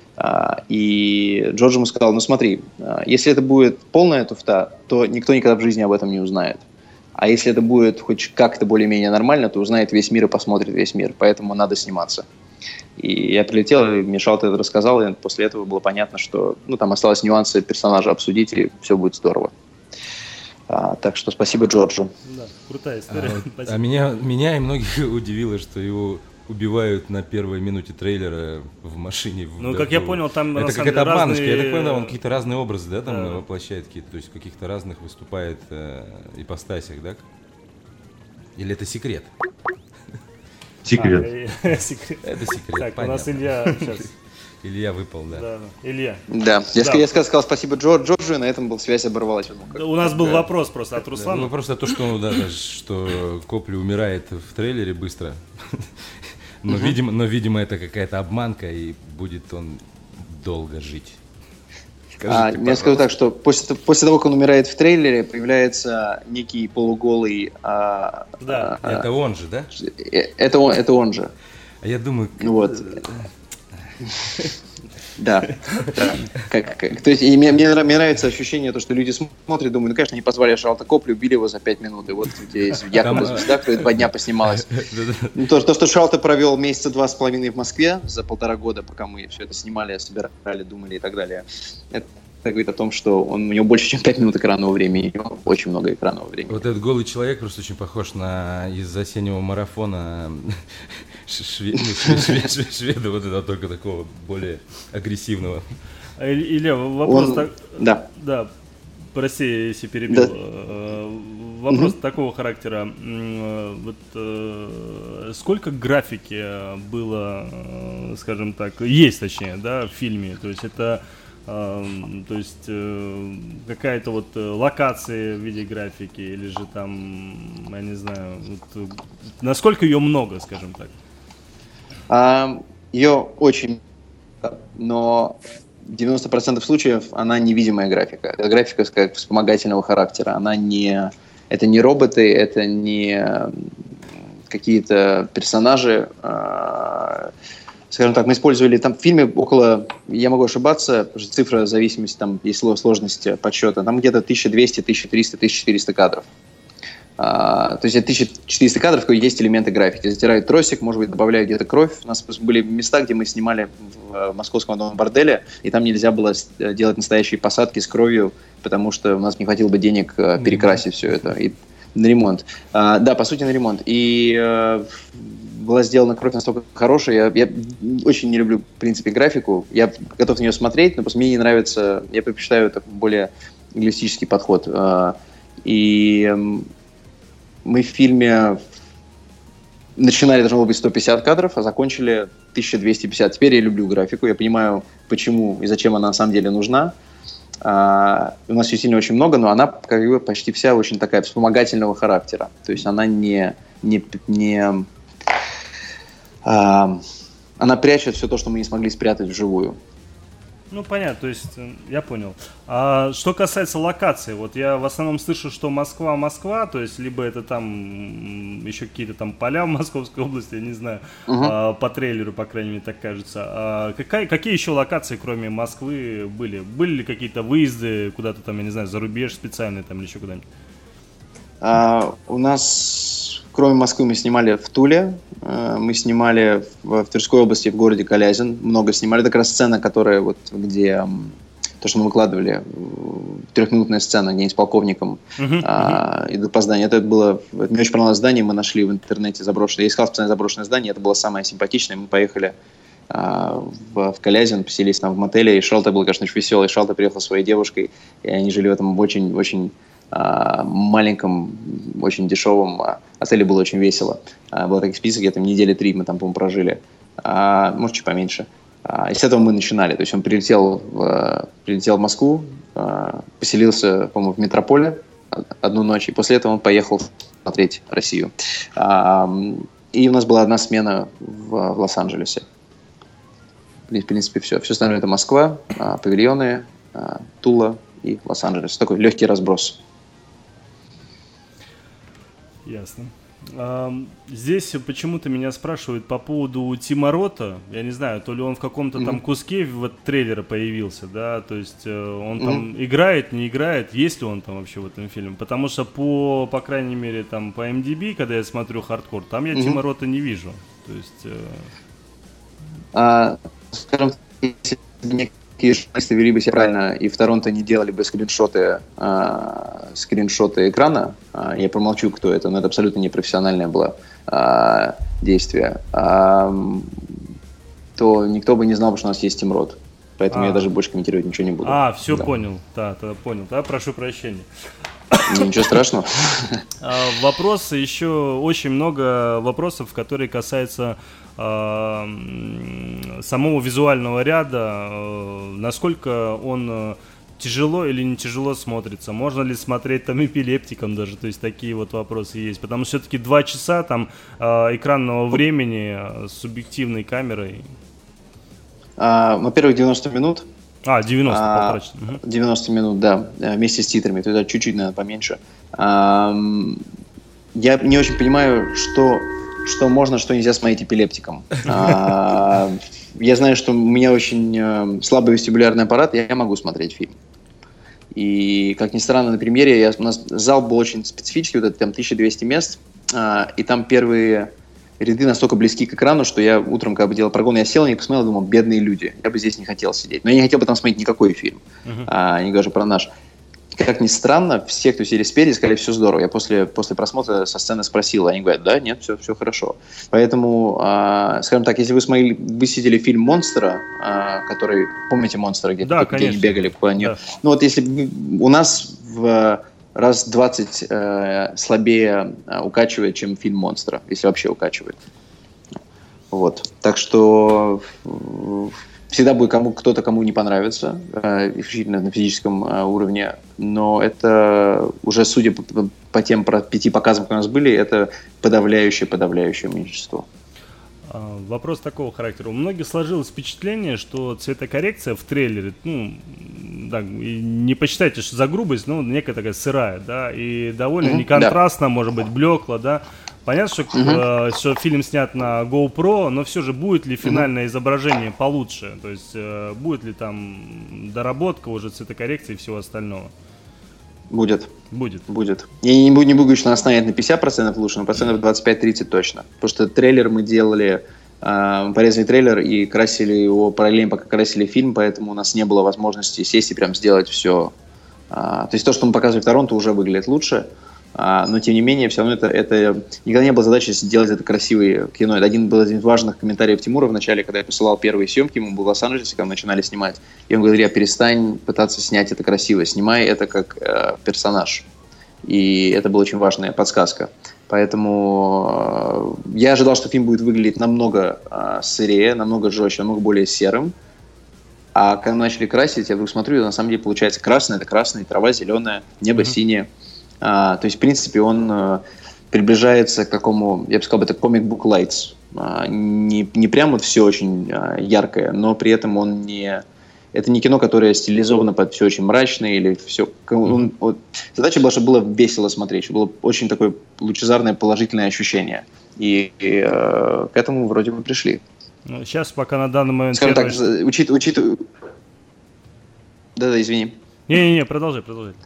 И Джордж ему сказал, ну смотри, если это будет полная туфта, то никто никогда в жизни об этом не узнает. А если это будет хоть как-то более-менее нормально, то узнает весь мир и посмотрит весь мир. Поэтому надо сниматься. И я прилетел, и мне Шалта это рассказал, и после этого было понятно, что там осталось нюансы персонажа обсудить, и все будет здорово. Так что спасибо Джорджу. Да, крутая история. А меня и многих удивило, что его убивают на первой минуте трейлера в машине. Ну, как я понял, там это какая-то обманочка. Я так понял, он какие-то разные образы, да, там воплощает какие-то, то есть в каких-то разных выступает ипостасях, да? Или это секрет? Секрет. Это секрет. Так, понятно. У нас Илья сейчас. Илья выпал, да. Да. Илья. Да, я сказал спасибо Джорджу, и на этом связь оборвалась. У нас был вопрос просто от Руслана. Был вопрос о том, что Копли умирает в трейлере быстро. Но, видимо, это какая-то обманка, и будет он долго жить. Я скажу так, что после того, как он умирает в трейлере, появляется некий полуголый... Да. Это он же, да? Это он же. А я думаю... Вот. Да. То есть, мне нравится ощущение, что люди смотрят, думают, ну, конечно, не позвали Шалта Копли, убили его за 5 минут, и вот где есть якобы звезда, которая 2 дня поснималась. То, что Шалта провел месяца 2,5 в Москве за 1,5 года, пока мы все это снимали, собирали, думали и так далее, это говорит о том, что у него больше, чем 5 минут экранного времени, у него очень много экранного времени. Вот этот голый человек просто очень похож на из осеннего марафона шведа, вот этого только такого более агрессивного. Илья, вопрос... Да, прости, если перебил. Вопрос такого характера. Сколько графики было, скажем так, есть точнее, да, в фильме? То есть это... какая-то вот локация в виде графики, или же там, я не знаю, насколько ее много, скажем так? Ее очень много, но в 90% случаев она невидимая графика. Это графика как вспомогательного характера. Это не роботы, это не какие-то персонажи. Скажем так, мы использовали там в фильме около, я могу ошибаться, потому что цифра зависимости, там есть сложность подсчета, там где-то 1200, 1300, 1400 кадров. То есть это 1400 кадров, где есть элементы графики. Затирают тросик, может быть, добавляют где-то кровь. У нас были места, где мы снимали в московском одном борделе, и там нельзя было делать настоящие посадки с кровью, потому что у нас не хватило бы денег перекрасить все это. И на ремонт. Да, по сути, на ремонт. И была сделана кровь настолько хорошая. Я очень не люблю, в принципе, графику. Я готов на нее смотреть, но просто мне не нравится, я предпочитаю такой более реалистический подход. И мы в фильме начинали, должно было быть 150 кадров, а закончили 1250. Теперь я люблю графику, я понимаю, почему и зачем она на самом деле нужна. У нас ее сильно очень много, но она как бы почти вся очень такая вспомогательного характера. То есть она она прячет все то, что мы не смогли спрятать вживую. Ну, понятно, то есть я понял. А что касается локации, вот я в основном слышу, что Москва, то есть либо это там еще какие-то там поля в Московской области, я не знаю, по трейлеру, по крайней мере, так кажется. А какие еще локации, кроме Москвы, были? Были ли какие-то выезды куда-то там, я не знаю, за рубеж специальные там или еще куда-нибудь? У нас, кроме Москвы, мы снимали в Туле, мы снимали в Тверской области, в городе Калязин, много снимали. Это как раз сцена, которая вот где, то, что мы выкладывали, 3-минутная сцена, где они с полковником идут по зданию. Мне очень понравилось здание, мы нашли в интернете заброшенное. Я искал специально заброшенное здание, это было самое симпатичное. Мы поехали в Калязин, поселились там в мотеле, и Шалта был, конечно, очень веселый. Шалта приехал со своей девушкой, и они жили в этом очень маленьком, очень дешевом отеле, было очень весело. Был такой список, где-то недели 3 мы там, по-моему, прожили. Может, чуть поменьше. И с этого мы начинали. То есть он прилетел в Москву, поселился, по-моему, в метрополе одну ночь, и после этого он поехал смотреть Россию. И у нас была одна смена в Лос-Анджелесе. В принципе, все. Все остальное — это Москва, павильоны, Тула и Лос-Анджелес. Такой легкий разброс. Ясно. Здесь почему-то меня спрашивают по поводу Тима Рота. Я не знаю, то ли он в каком-то там куске вот трейлера появился, да, то есть он там играет, не играет, есть ли он там вообще в этом фильме? Потому что по крайней мере, там по MDB, когда я смотрю хардкор, там я Тима Рота не вижу. То есть... Скажем так, если некие журналисты вели бы себя правильно и в Торонто не делали бы скриншоты экрана, я промолчу, кто это, но это абсолютно непрофессиональное было действие, то никто бы не знал, что у нас есть Тим Рот. Поэтому я даже больше комментировать ничего не буду. Все, да. Понял. Да, понял. Да, прошу прощения. Ничего страшного. Вопросы, еще очень много вопросов, которые касаются самого визуального ряда, насколько он тяжело или не тяжело смотрится, можно ли смотреть там эпилептиком даже, то есть такие вот вопросы есть, потому что все-таки 2 часа там экранного времени с субъективной камерой. Во-первых, 90 минут. 90, полторачаса. 90 минут, да, вместе с титрами, то есть чуть-чуть, наверное, поменьше. Я не очень понимаю, что можно, что нельзя смотреть эпилептиком. Я знаю, что у меня очень слабый вестибулярный аппарат, я могу смотреть фильм. И, как ни странно, на премьере у нас зал был очень специфический, вот это там 1200 мест, и там первые ряды настолько близки к экрану, что я утром, когда бы делал прогон, я сел и посмотрел, думал, бедные люди, я бы здесь не хотел сидеть. Но я не хотел бы там смотреть никакой фильм, не говорю про наш. Как ни странно, все, кто сидели спереди, сказали, все здорово. Я после просмотра со сцены спросил, они говорят, да, нет, все хорошо. Поэтому, скажем так, если вы сидели фильм «Монстра», который, помните «Монстра», где они бегали по нему? Да. Ну вот если у нас в раз 20 слабее укачивает, чем фильм «Монстра», если вообще укачивает. Вот. Так что всегда будет кто-то, кому не понравится, исключительно на физическом уровне, но это уже, судя по тем 5 показам, которые у нас были, это подавляющее меньшинство. Вопрос такого характера. У многих сложилось впечатление, что цветокоррекция в трейлере, да, и не посчитайте, что за грубость, но некая такая сырая, да, и довольно неконтрастно, может быть, блекло, да. Понятно, что фильм снят на GoPro, но все же будет ли финальное изображение получше? То есть будет ли там доработка уже цветокоррекции и всего остального? Будет. Я не буду говорить, что она станет на 50% лучше, но процентов 25-30 точно. Потому что трейлер мы делали, порезали трейлер и красили его параллельно, пока красили фильм, поэтому у нас не было возможности сесть и прям сделать все. То есть то, что мы показывали в Торонто, уже выглядит лучше. Но, тем не менее, все равно это никогда не было задачи сделать это красивое кино. Это один из важных комментариев Тимура в начале, когда я посылал первые съемки, ему был в Лос-Анджелесе, когда мы начинали снимать. И он говорил, перестань пытаться снять это красиво, снимай это как персонаж. И это была очень важная подсказка. Поэтому я ожидал, что фильм будет выглядеть намного сырее, намного жестче, намного более серым. А когда мы начали красить, я вдруг смотрю, и на самом деле получается красное, это красное, трава зеленая, небо синее. То есть, в принципе, он приближается к такому, я бы сказал, это comic book lights. Не прям вот все очень яркое, но при этом это не кино, которое стилизовано под все очень мрачное или все. Задача была, чтобы было весело смотреть, чтобы было очень такое лучезарное положительное ощущение. И к этому вроде бы пришли. Ну, сейчас пока на данный момент... Скажем так, учитывая... Да, извини. Не, продолжай.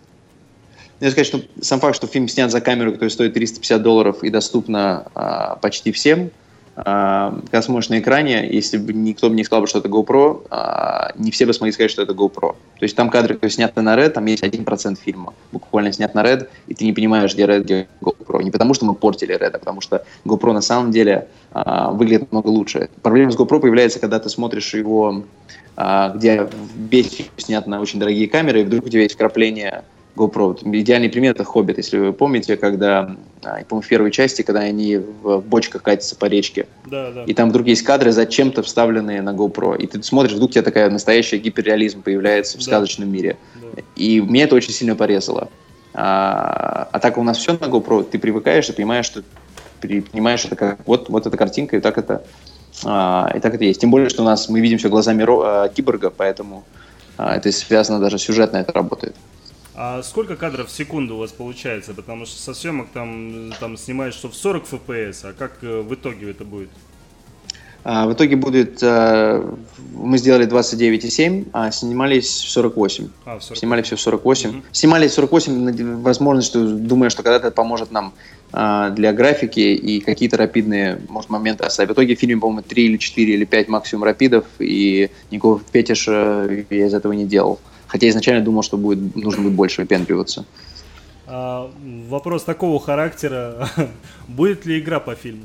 Я хочу сказать, что сам факт, что фильм снят за камеру, которая стоит $350 и доступна почти всем, когда смотришь на экране, если бы никто бы не сказал, что это GoPro, не все бы смогли сказать, что это GoPro. То есть там кадры, которые сняты на Red, там есть 1% фильма, буквально снят на Red, и ты не понимаешь, где Red, где GoPro. Не потому, что мы портили Red, а потому что GoPro на самом деле выглядит много лучше. Проблема с GoPro появляется, когда ты смотришь его, где весь фильм снят на очень дорогие камеры, и вдруг у тебя есть вкрапление GoPro. Идеальный пример — это «Хоббит», если вы помните, когда, по-моему, в первой части, когда они в бочках катятся по речке, и там вдруг есть кадры, зачем-то вставленные на GoPro, и ты смотришь, вдруг у тебя такая настоящая гиперреализм появляется в сказочном мире. И меня это очень сильно порезало. А так у нас все на GoPro, ты привыкаешь и понимаешь, что это как вот эта картинка, и так это есть. Тем более, что мы видим все глазами киборга, поэтому это связано даже сюжетно, это работает. А сколько кадров в секунду у вас получается? Потому что со съемок там снимаешь, что в 40 FPS, а как в итоге это будет? В итоге будет, мы сделали 29,7, а снимались в 48. Снимали все в 48. Mm-hmm. Снимали в 48, возможно, что думаю, что когда-то это поможет нам для графики и какие-то рапидные, может, моменты оставить. В итоге в фильме, по-моему, 3 или 4 или 5 максимум рапидов, и никакого фетиша я из этого не делал. Хотя изначально думал, что нужно будет больше выпендриваться. Вопрос такого характера. Будет ли игра по фильму?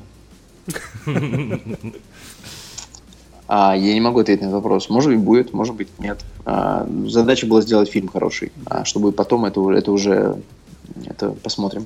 Я не могу ответить на этот вопрос. Может быть, будет, может быть, нет. Задача была сделать фильм хороший. А что будет потом, это уже посмотрим.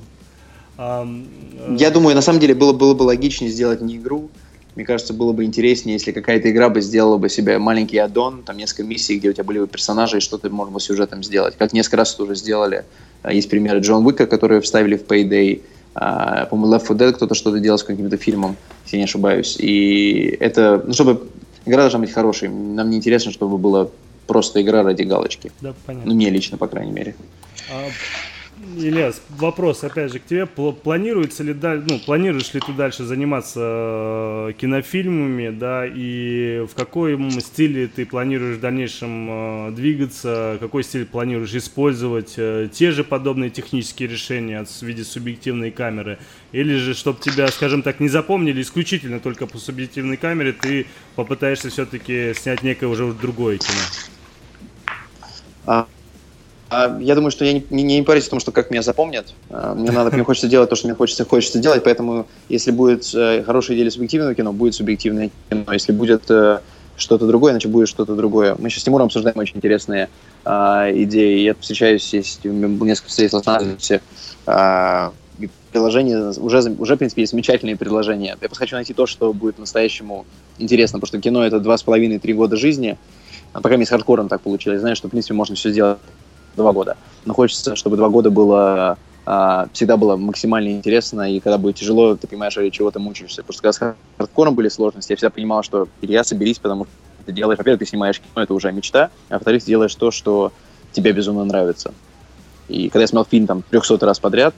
Я думаю, на самом деле, было бы логичнее сделать не игру. Мне кажется, было бы интереснее, если какая-то игра бы сделала бы себе маленький аддон, там несколько миссий, где у тебя были бы персонажи, и что-то можно было сюжетом сделать. Как несколько раз это уже сделали. Есть примеры Джон Уика, которые вставили в Payday. По-моему, Left 4 Dead кто-то что-то делал с каким-то фильмом, если я не ошибаюсь. И это, чтобы игра должна быть хорошей. Нам не интересно, чтобы была просто игра ради галочки. Да, понятно. Ну, мне лично, по крайней мере. Ильяс, вопрос опять же к тебе. Планируется ли, планируешь ли ты дальше заниматься кинофильмами, да, и в каком стиле ты планируешь в дальнейшем двигаться, какой стиль планируешь использовать, те же подобные технические решения в виде субъективной камеры, или же, чтобы тебя, скажем так, не запомнили исключительно только по субъективной камере, ты попытаешься все-таки снять некое уже другое кино? Я думаю, что я не парюсь о том, что как меня запомнят. Мне хочется делать то, что мне хочется делать, поэтому если будет хорошая идея субъективного кино, будет субъективное кино. Если будет что-то другое, значит будет что-то другое. Мы сейчас с Тимуром обсуждаем очень интересные идеи. Я встречаюсь, есть несколько встреч в Лос-Анджелесе. Приложения, уже, в принципе, есть замечательные предложения. Я просто хочу найти то, что будет по-настоящему интересно, потому что кино — это 2,5-3 года жизни. Пока мы с хардкором так получилось. Знаешь, что, в принципе, можно все сделать 2 года. Но хочется, чтобы 2 года всегда было максимально интересно, и когда будет тяжело, ты понимаешь, ради чего ты мучаешься. Потому что когда с хардкором были сложности, я всегда понимал, что Илья, соберись, потому что ты делаешь, во-первых, ты снимаешь кино, это уже мечта, а во-вторых, ты делаешь то, что тебе безумно нравится. И когда я смотрел фильм 300 раз подряд,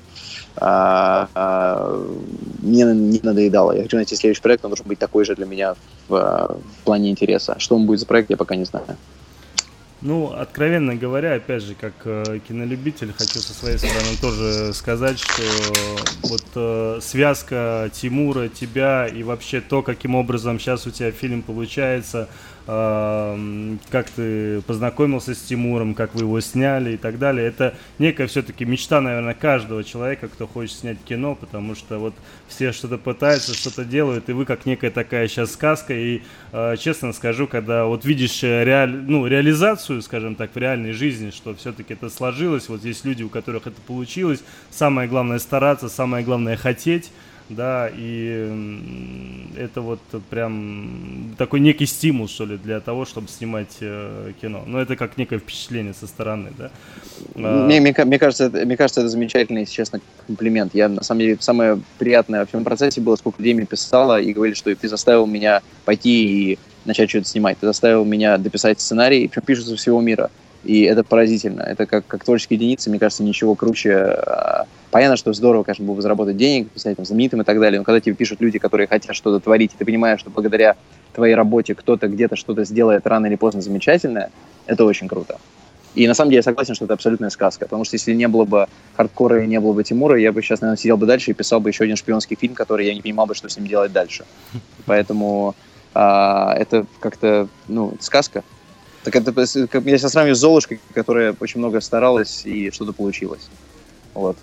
мне не надоедало. Я хочу найти следующий проект, он должен быть такой же для меня в плане интереса. Что он будет за проект, я пока не знаю. Ну, откровенно говоря, опять же, как кинолюбитель, хочу со своей стороны тоже сказать, что вот связка Тимура, тебя и вообще то, каким образом сейчас у тебя фильм получается, как ты познакомился с Тимуром, как вы его сняли и так далее, это некая все-таки мечта, наверное, каждого человека, кто хочет снять кино, потому что вот все что-то пытаются, что-то делают, и вы как некая такая сейчас сказка, и честно скажу, когда вот видишь реализацию, скажем так, в реальной жизни, что все-таки это сложилось, вот есть люди, у которых это получилось, самое главное стараться, самое главное хотеть, да, и это вот прям такой некий стимул, что ли, для того, чтобы снимать кино. Но это как некое впечатление со стороны, да. Мне кажется, это замечательный, если честно, комплимент. Я, на самом деле, самое приятное во всем процессе было, сколько людей мне писало и говорили, что ты заставил меня пойти и начать что-то снимать. Ты заставил меня дописать сценарий, причем пишут со всего мира. И это поразительно. Это как творческие единицы, мне кажется, ничего круче. Понятно, что здорово, конечно, было бы заработать денег, писать знаменитым и так далее, но когда тебе пишут люди, которые хотят что-то творить, и ты понимаешь, что благодаря твоей работе кто-то где-то что-то сделает рано или поздно замечательное, это очень круто. И на самом деле я согласен, что это абсолютная сказка, потому что если не было бы хардкора и не было бы Тимура, я бы сейчас, наверное, сидел бы дальше и писал бы еще один шпионский фильм, который я не понимал бы, что с ним делать дальше. Поэтому это как-то, сказка. Так это, я сейчас сравниваю с Золушкой, которая очень много старалась и что-то получилось. Вот.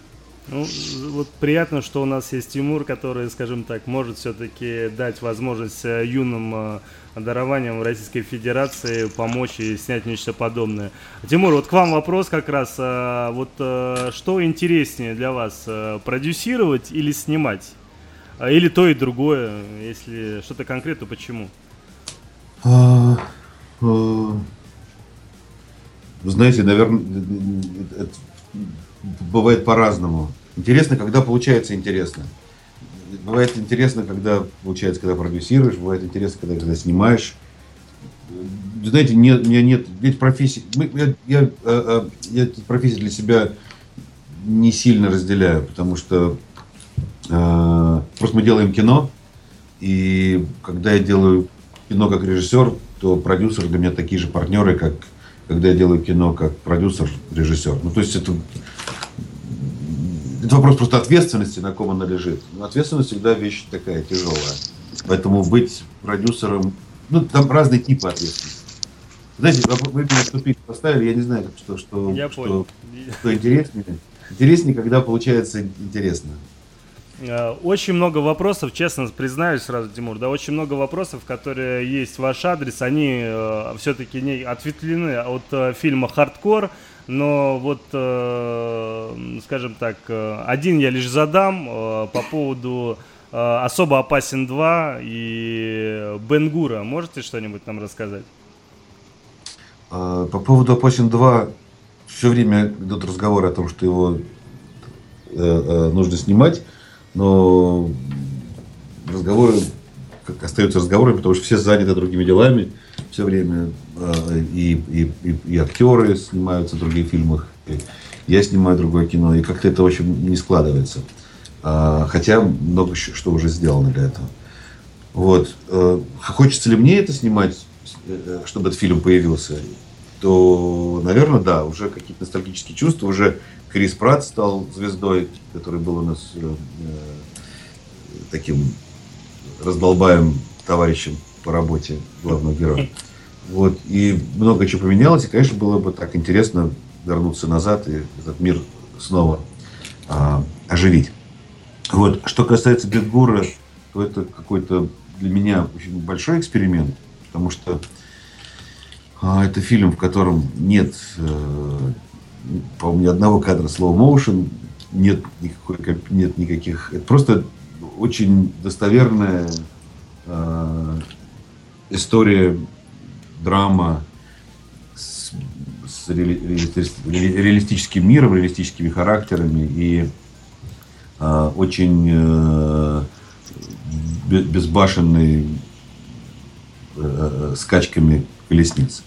Ну, вот приятно, что у нас есть Тимур, который, скажем так, может все-таки дать возможность юным дарованиям Российской Федерации помочь и снять нечто подобное. Тимур, вот к вам вопрос как раз. Что интереснее для вас, продюсировать или снимать? Или то и другое, если что-то конкретно, почему? Вы знаете, наверное, это бывает по-разному. Интересно, когда получается интересно. Бывает интересно, когда получается, когда продюсируешь, бывает интересно, когда снимаешь. Знаете, у меня нет ведь профессии. Я эту профессию для себя не сильно разделяю, потому что просто мы делаем кино, и когда я делаю кино как режиссер, то продюсер для меня такие же партнеры, как когда я делаю кино как продюсер, режиссер. Ну, то есть это вопрос просто ответственности, на ком она лежит. Но ответственность всегда вещь такая тяжелая. Поэтому быть продюсером, там разные типы ответственности. Знаете, вы меня в тупик поставили, я не знаю, что интереснее. Интереснее, когда получается интересно. Очень много вопросов, честно признаюсь сразу, Тимур, да, очень много вопросов, которые есть в ваш адрес, они все-таки не ответвлены от фильма «Хардкор», но вот, скажем так, один я лишь задам по поводу «Особо опасен 2» и «Бен-Гура». Можете что-нибудь нам рассказать? По поводу «Опасен 2» все время идут разговоры о том, что его нужно снимать. Но разговоры остаются разговорами, потому что все заняты другими делами все время. И актеры снимаются в других фильмах, и я снимаю другое кино. И как-то это, в общем, не складывается. Хотя много что уже сделано для этого. Вот. Хочется ли мне это снимать, чтобы этот фильм появился? То, наверное, да, уже какие-то ностальгические чувства, уже Крис Пратт стал звездой, который был у нас таким раздолбаем товарищем по работе главного героя. Вот. И много чего поменялось, и, конечно, было бы так интересно вернуться назад и этот мир снова оживить. Вот. Что касается «Бен-Гура», то это какой-то для меня очень большой эксперимент, потому что это фильм, в котором нет, по-моему, ни одного кадра slow motion, нет никаких. Это просто очень достоверная история, драма с реалистическим миром, реалистическими характерами и очень безбашенной скачками колесниц.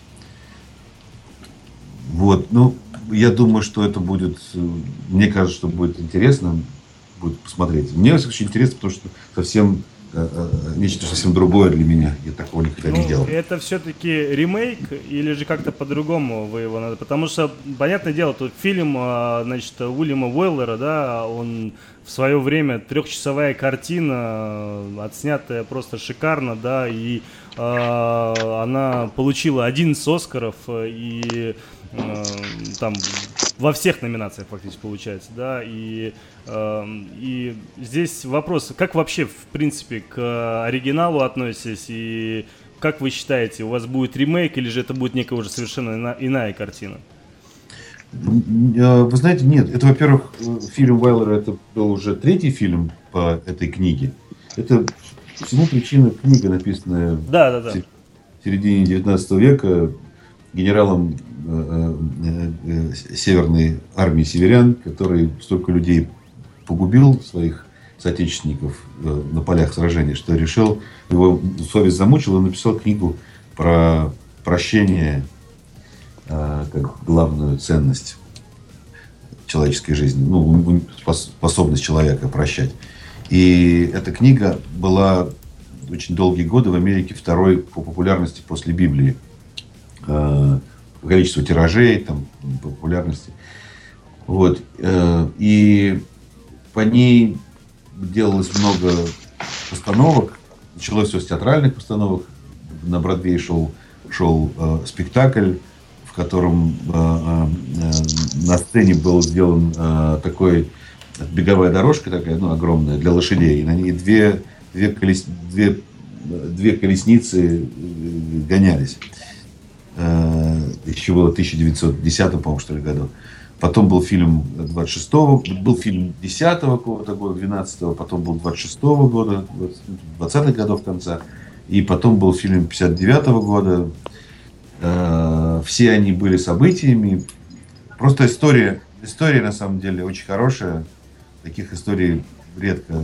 Вот, я думаю, что это будет, мне кажется, что будет интересно, будет посмотреть. Мне очень интересно, потому что нечто совсем другое для меня. Я такого никогда не делал. Это все-таки ремейк или же как-то по-другому вы его надо? Потому что, понятное дело, тут фильм, значит, Уильяма Уэллера, да, он в свое время трехчасовая картина, отснятая просто шикарно, да, и она получила 11 Оскаров и там во всех номинациях фактически получается, да, и здесь вопрос, как вообще в принципе к оригиналу относитесь и как вы считаете, у вас будет ремейк или же это будет некая уже совершенно иная картина? Вы знаете, нет, это, во-первых, фильм Уэллера, это был уже третий фильм по этой книге. Это всему причина книга, написанная в середине 19 века генералом Северной армии северян, который столько людей погубил, своих соотечественников на полях сражений, что решил, его совесть замучила, он написал книгу про прощение как главную ценность человеческой жизни, способность человека прощать. И эта книга была очень долгие годы в Америке второй по популярности после Библии. По количеству тиражей, по популярности. Вот. И по ней делалось много постановок. Началось все с театральных постановок. На Бродвее шел спектакль, в котором на сцене был сделан такой беговая дорожка такая, ну, огромная, для лошадей. И на ней две колесницы гонялись. Еще было в 1910, по-моему, что ли, году. Потом был фильм 26-го, был фильм 10-го какого-то года, 12-го, потом был 26-го года, 20-х годов конца. И потом был фильм 59-го года. Все они были событиями. Просто история на самом деле очень хорошая. Таких историй редко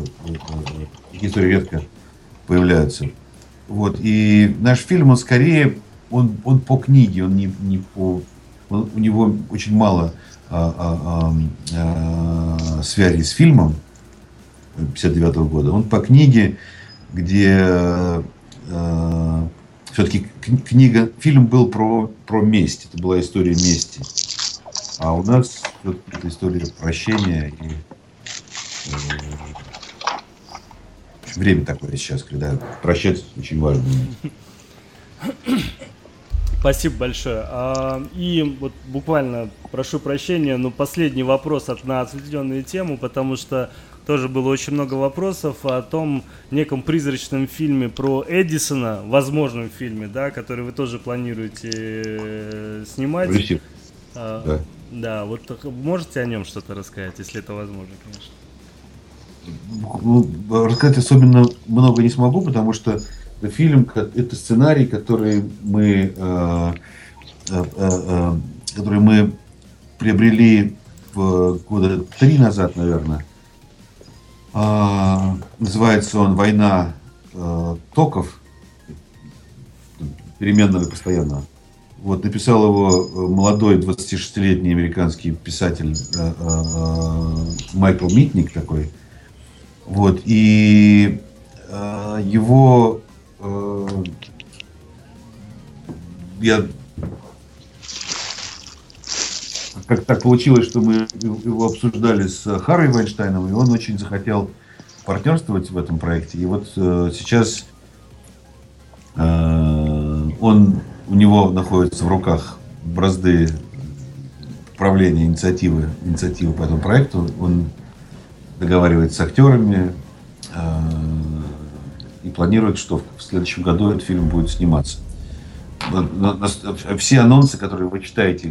появляются. Вот. И наш фильм, он скорее, он по книге, он не по... у него очень мало связи с фильмом 59-го года. Он по книге, где все-таки фильм был про месть. Это была история мести. А у нас это история прощения и время такое сейчас, когда прощать очень важно. Спасибо большое. И вот буквально прошу прощения, но последний вопрос на отведенную тему, потому что тоже было очень много вопросов о том неком призрачном фильме про Эдисона, возможном фильме, да, который вы тоже планируете снимать. Да. Да, вот можете о нем что-то рассказать, если это возможно, конечно. Рассказать особенно много не смогу, потому что это фильм, это сценарий, который мы приобрели года 3 назад, наверное. Называется он «Война токов», переменного и постоянного. Вот, написал его молодой 26-летний американский писатель Майкл Митник такой. Вот, и его как так получилось, что мы его обсуждали с Харви Вайнштейном, и он очень захотел партнерствовать в этом проекте. И вот сейчас у него находятся в руках бразды управления инициативы по этому проекту. Он договаривается с актерами и планирует, что в следующем году этот фильм будет сниматься. Все анонсы, которые вы читаете,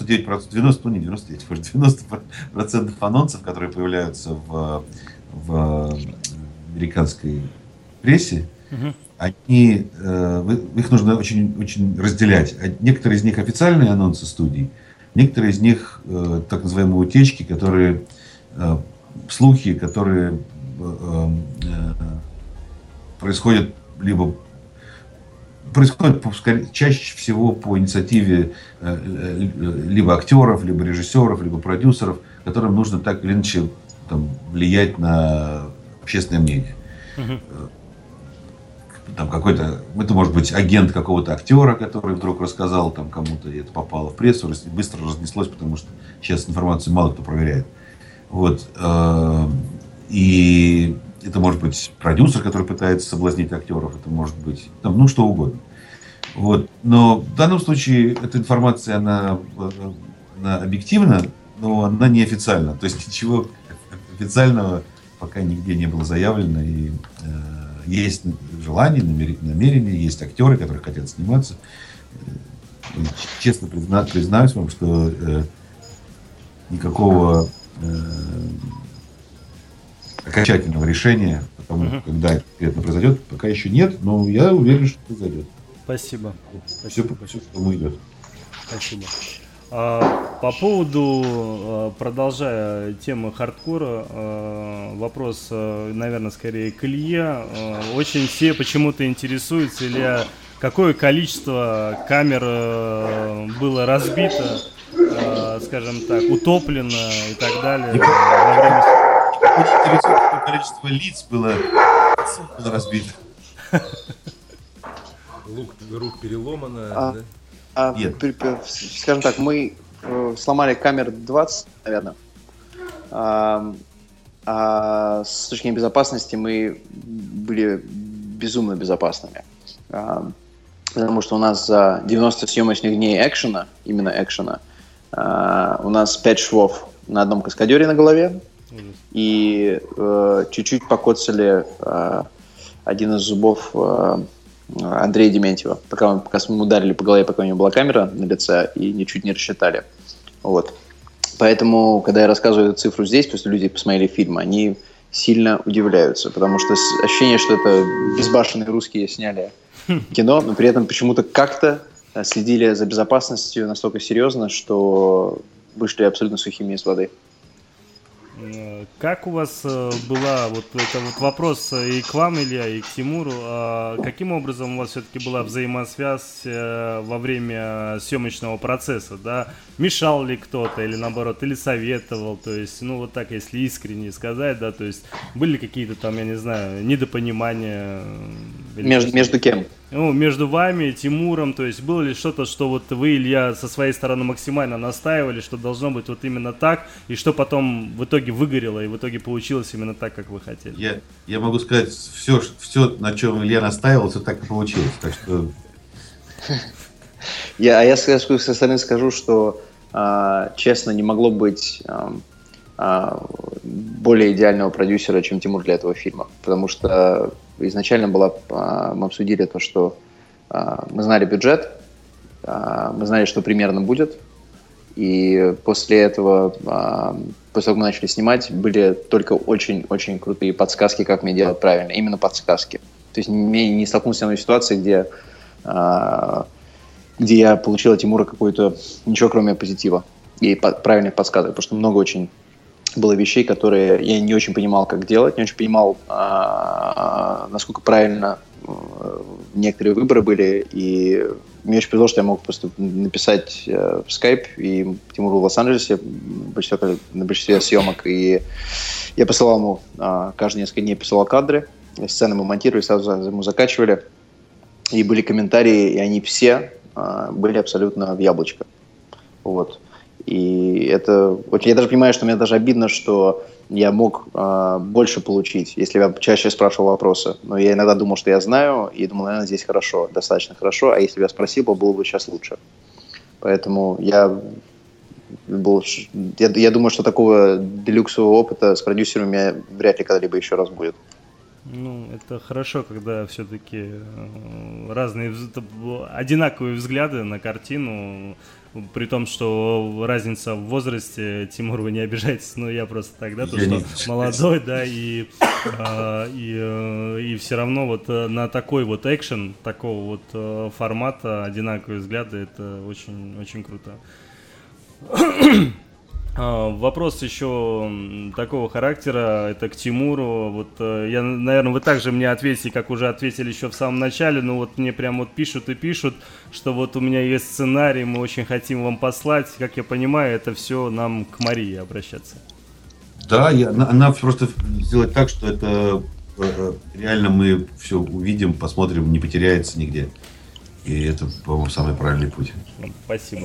90% анонсов, которые появляются в американской прессе, их нужно очень, очень разделять. Некоторые из них официальные анонсы студий, некоторые из них так называемые утечки, которые слухи, которые происходят чаще всего по инициативе либо актеров, либо режиссеров, либо продюсеров, которым нужно так или иначе влиять на общественное мнение. Это может быть агент какого-то актера, который вдруг рассказал кому-то, и это попало в прессу, быстро разнеслось, потому что сейчас информацию мало кто проверяет. Вот. И это может быть продюсер, который пытается соблазнить актеров, это может быть что угодно. Вот. Но в данном случае эта информация, она объективна, но она неофициальна. То есть ничего официального пока нигде не было заявлено. И есть желание, намерение, есть актеры, которые хотят сниматься. Честно признаюсь вам, что никакого окончательного решения, потому когда это произойдет, пока еще нет, но я уверен, что произойдет. Спасибо. Все по тому идет. Спасибо. По поводу, продолжая тему хардкора, вопрос, наверное, скорее к Илье. Очень все почему-то интересуются, Илья, какое количество камер было разбито, скажем так, утоплено и так далее во время... Какое количество лиц было разбито. Рук переломано, да? Нет. Скажем так, мы сломали камер 20, наверное. А с точки зрения безопасности мы были безумно безопасными. Потому что у нас за 90 съемочных дней экшена, именно экшена, у нас 5 швов на одном каскадере на голове, и чуть-чуть покоцали один из зубов Андрея Дементьева, пока мы ударили по голове, пока у него была камера на лице, и ничуть не рассчитали. Вот. Поэтому, когда я рассказываю эту цифру здесь, после люди посмотрели фильм, они сильно удивляются, потому что ощущение, что это безбашенные русские сняли кино, но при этом почему-то как-то следили за безопасностью настолько серьезно, что вышли абсолютно сухими из воды. Как у вас была, вот это вот вопрос и к вам, Илья, и к Тимуру, каким образом у вас все-таки была взаимосвязь во время съемочного процесса, да? Мешал ли кто-то или наоборот, или советовал, то есть, ну вот так, если искренне сказать, да, то есть были какие-то там, я не знаю, недопонимания? Между кем? Ну, между вами и Тимуром, то есть было ли что-то, что вот вы, Илья, со своей стороны максимально настаивали, что должно быть вот именно так, и что потом в итоге выгорело, и в итоге получилось именно так, как вы хотели? Я могу сказать, все, на чем Илья настаивал, все так и получилось, так что... Я со стороны скажу, что, честно, не могло быть более идеального продюсера, чем Тимур для этого фильма, потому что изначально мы обсудили то, что мы знали бюджет, мы знали, что примерно будет, и после этого, после того, как мы начали снимать, были только очень-очень крутые подсказки, как мне делать правильно, именно подсказки. То есть не столкнулся с одной ситуацией, где я получил от Тимура какую-то, ничего кроме позитива и правильных подсказок, потому что много очень было вещей, которые я не очень понимал, как делать, не очень понимал, насколько правильно некоторые выборы были, и мне очень повезло, что я мог просто написать в Skype, и Тимур был в Лос-Анджелесе на большинстве съемок, и я посылал ему каждые несколько дней кадры, сцены мы монтировали, сразу ему закачивали, и были комментарии, и они все были абсолютно в яблочко. Вот. И это... Я даже понимаю, что мне даже обидно, что я мог больше получить, если бы я чаще спрашивал вопросы. Но я иногда думал, что я знаю, и думал, наверное, здесь хорошо, достаточно хорошо, а если бы я спросил, было бы сейчас лучше. Поэтому я думаю, что такого делюксового опыта с продюсером у меня вряд ли когда-либо еще раз будет. Ну, это хорошо, когда все-таки разные, одинаковые взгляды на картину, при том, что разница в возрасте, Тимур, вы не обижайтесь, но я просто так, да, то, что молодой, да, и все равно вот на такой вот экшен, такого вот формата одинаковые взгляды, это очень, очень круто. Вопрос еще такого характера, это к Тимуру. Вот я, наверное, вы также мне ответите, как уже ответили еще в самом начале, но вот мне прям вот пишут и пишут, что вот у меня есть сценарий, мы очень хотим вам послать. Как я понимаю, это все нам к Марии обращаться. Да, она просто сделать так, что это реально мы все увидим, посмотрим, не потеряется нигде. И это, по-моему, самый правильный путь. Спасибо.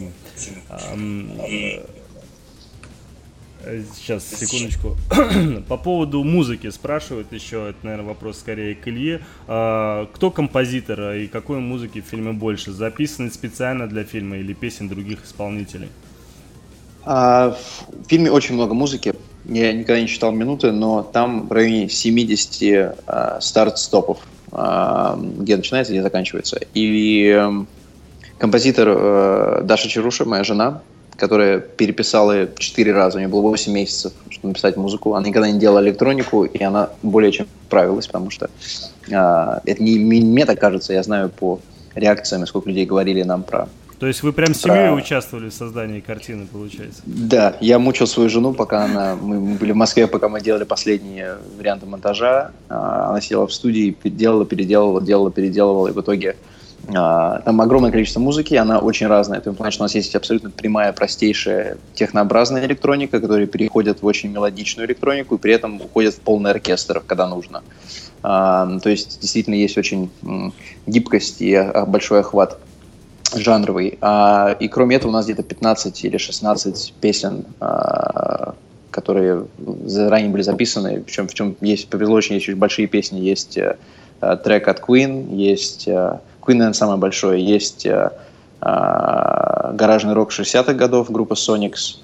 Сейчас, секундочку. По поводу музыки спрашивают еще, это, наверное, вопрос скорее к Илье. Кто композитор и какой музыки в фильме больше? Записаны специально для фильма или песен других исполнителей? В фильме очень много музыки. Я никогда не считал минуты, но там в районе 70 старт-стопов, где начинается, где заканчивается. И композитор Даша Чаруша, моя жена, которая переписала 4 раза, у нее было 8 месяцев, чтобы написать музыку. Она никогда не делала электронику, и она более чем справилась, потому что это не мне так кажется, я знаю по реакциям, сколько людей говорили нам про... То есть вы прям с семьей участвовали в создании картины, получается? Да, я мучил свою жену, пока мы были в Москве, пока мы делали последние варианты монтажа. Она сидела в студии, делала, переделывала, и в итоге... Там огромное количество музыки, она очень разная. Это значит, что у нас есть абсолютно прямая, простейшая технообразная электроника, которая переходит в очень мелодичную электронику и при этом уходит в полный оркестр, когда нужно. То есть действительно есть очень гибкость и большой охват жанровый. И кроме этого у нас где-то 15 или 16 песен, которые заранее были записаны. Причем в чем есть, повезло очень, есть очень большие песни. Есть трек от Queen, есть... Queen, наверное, самое большое. Есть гаражный рок 60-х годов, группа Sonics.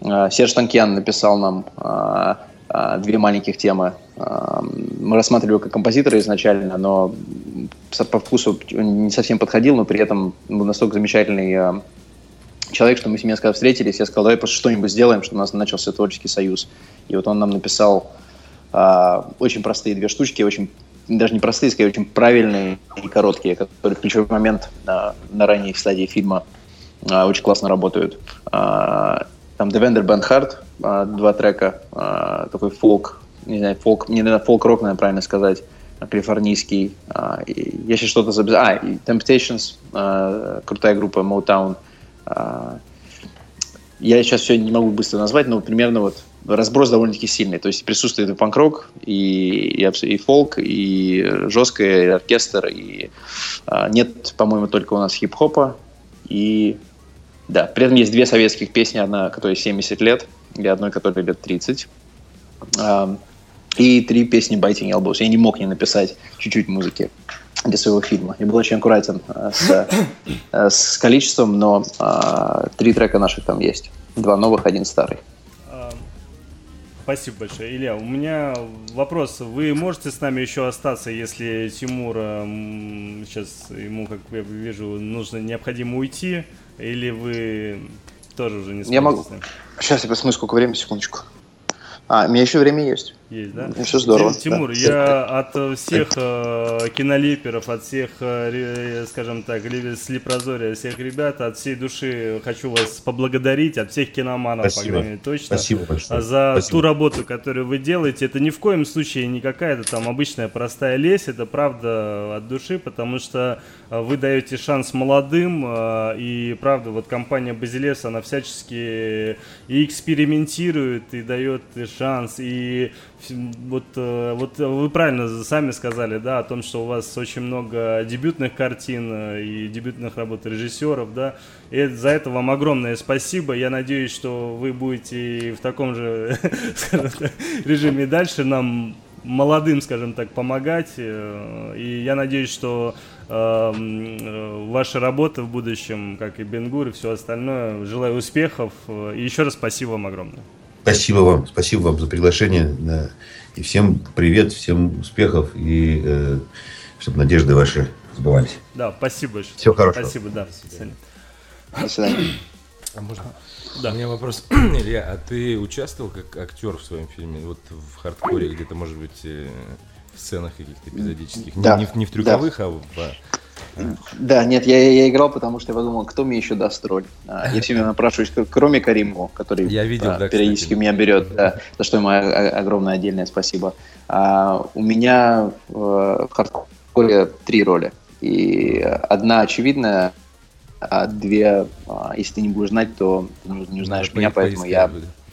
Серж Танкьян написал нам 2 маленьких темы. Мы рассматривали его как композитора изначально, но по вкусу он не совсем подходил, но при этом был настолько замечательный человек, что мы с ним когда встретились, я сказал, давай просто что-нибудь сделаем, чтобы у нас начался творческий союз. И вот он нам написал очень простые 2 штучки, очень, даже не простые, скорее, очень правильные и короткие, которые в ключевой момент на ранней стадии фильма очень классно работают. Там Devender Banhart, 2 трека, такой фолк, не знаю, фолк-рок, наверное, правильно сказать, калифорнийский. Я сейчас что-то забыл. И Temptations, крутая группа Motown. Я сейчас все не могу быстро назвать, но примерно вот разброс довольно-таки сильный. То есть присутствует и панк-рок, и фолк, и жесткое, и оркестр, и нет, по-моему, только у нас хип-хопа. И да, при этом есть 2 советских песни, одна, которой 70 лет, и одной, которой лет 30. И 3 песни Biting Elbows. Я не мог не написать чуть-чуть музыки для своего фильма. Я был очень аккуратен с количеством, но 3 трека наших там есть. 2 новых, 1 старый. Спасибо большое. Илья, у меня вопрос. Вы можете с нами еще остаться, если Тимур сейчас, ему, как я вижу, необходимо уйти, или вы тоже уже не сможете? Я могу. Сейчас я посмотрю, сколько времени, секундочку. У меня еще время есть. Есть, да? Все здорово. Тимур, да. Я от всех кинолиперов, от всех, скажем так, Слипрозория, всех ребят, от всей души хочу вас поблагодарить, от всех киноманов, по крайней мере, точно. Спасибо большое. За Спасибо. ту работу, которую вы делаете. Это ни в коем случае не какая-то там обычная простая лезь, это правда от души, потому что вы даете шанс молодым, и правда, вот компания Базилевс, она всячески и экспериментирует, и дает шанс, и вот вы правильно сами сказали, да, о том, что у вас очень много дебютных картин и дебютных работ режиссеров, да, и за это вам огромное спасибо. Я надеюсь, что вы будете в таком же, скажем так, режиме дальше нам, молодым, скажем так, помогать, и я надеюсь, что ваша работа в будущем, как и Бен-Гур и все остальное, желаю успехов, и еще раз спасибо вам огромное. Спасибо вам за приглашение. Да. И всем привет, всем успехов, и чтобы надежды ваши сбывались. Да, спасибо большое. Всего хорошего. Спасибо, да. До свидания. До свидания. А можно? Да. У меня вопрос, Илья, а ты участвовал как актер в своем фильме? Вот в хардкоре где-то, может быть, в сценах каких-то эпизодических? Да. Не в трюковых, Да. а в... Да, нет, я играл, потому что я подумал, кто мне еще даст роль. Я все время напрашиваюсь, кроме Каримова, который Я видел, да, периодически кстати. меня берет, да, за что ему огромное отдельное спасибо. У меня в хардкоре 3 роли. И одна очевидная, а 2, если ты не будешь знать, то не узнаешь меня, поэтому я...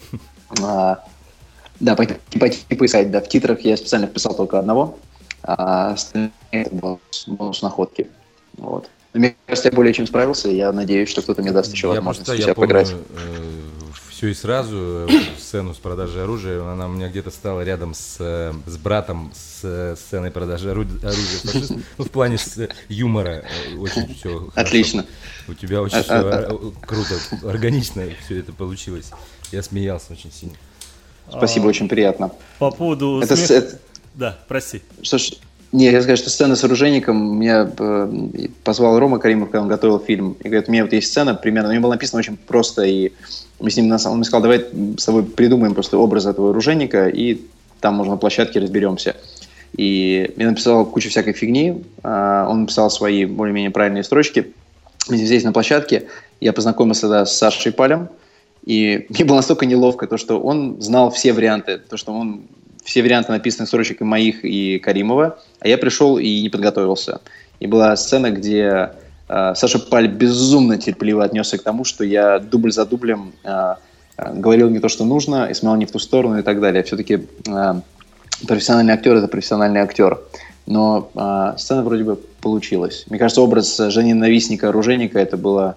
Да, пойти поискать, да. В титрах я специально вписал только одного, а остальные это бонус находки. Вот. Но мне кажется, я более чем справился, и я надеюсь, что кто-то мне даст еще возможность себя поиграть. Все и сразу, сцену с продажей оружия, она у меня где-то стала рядом с братом с сценой продажи оружия. Ну, в плане юмора очень все хорошо. Отлично. У тебя очень все круто, органично все это получилось. Я смеялся очень сильно. Спасибо, очень приятно. По поводу Да, прости. Что ж, не, я скажу, что сцена с оружейником меня позвал Рома Каримов, когда он готовил фильм, и говорит, у меня вот есть сцена примерно, у него было написано очень просто, и мы с ним, он мне сказал, давай с тобой придумаем просто образ этого оружейника, и там, можно, на площадке разберемся. И я написал кучу всякой фигни, он написал свои более-менее правильные строчки, мы здесь на площадке, я познакомился тогда с Сашей Палем, и мне было настолько неловко, то, что он знал все варианты, то, что он все варианты написанных строчек и моих, и Каримова, а я пришел и не подготовился. И была сцена, где Саша Паль безумно терпеливо отнесся к тому, что я дубль за дублем говорил не то, что нужно, и смотрел не в ту сторону и так далее. Все-таки профессиональный актер – это профессиональный актер. Но сцена вроде бы получилась. Мне кажется, образ жени-ненавистника-оружейника – это была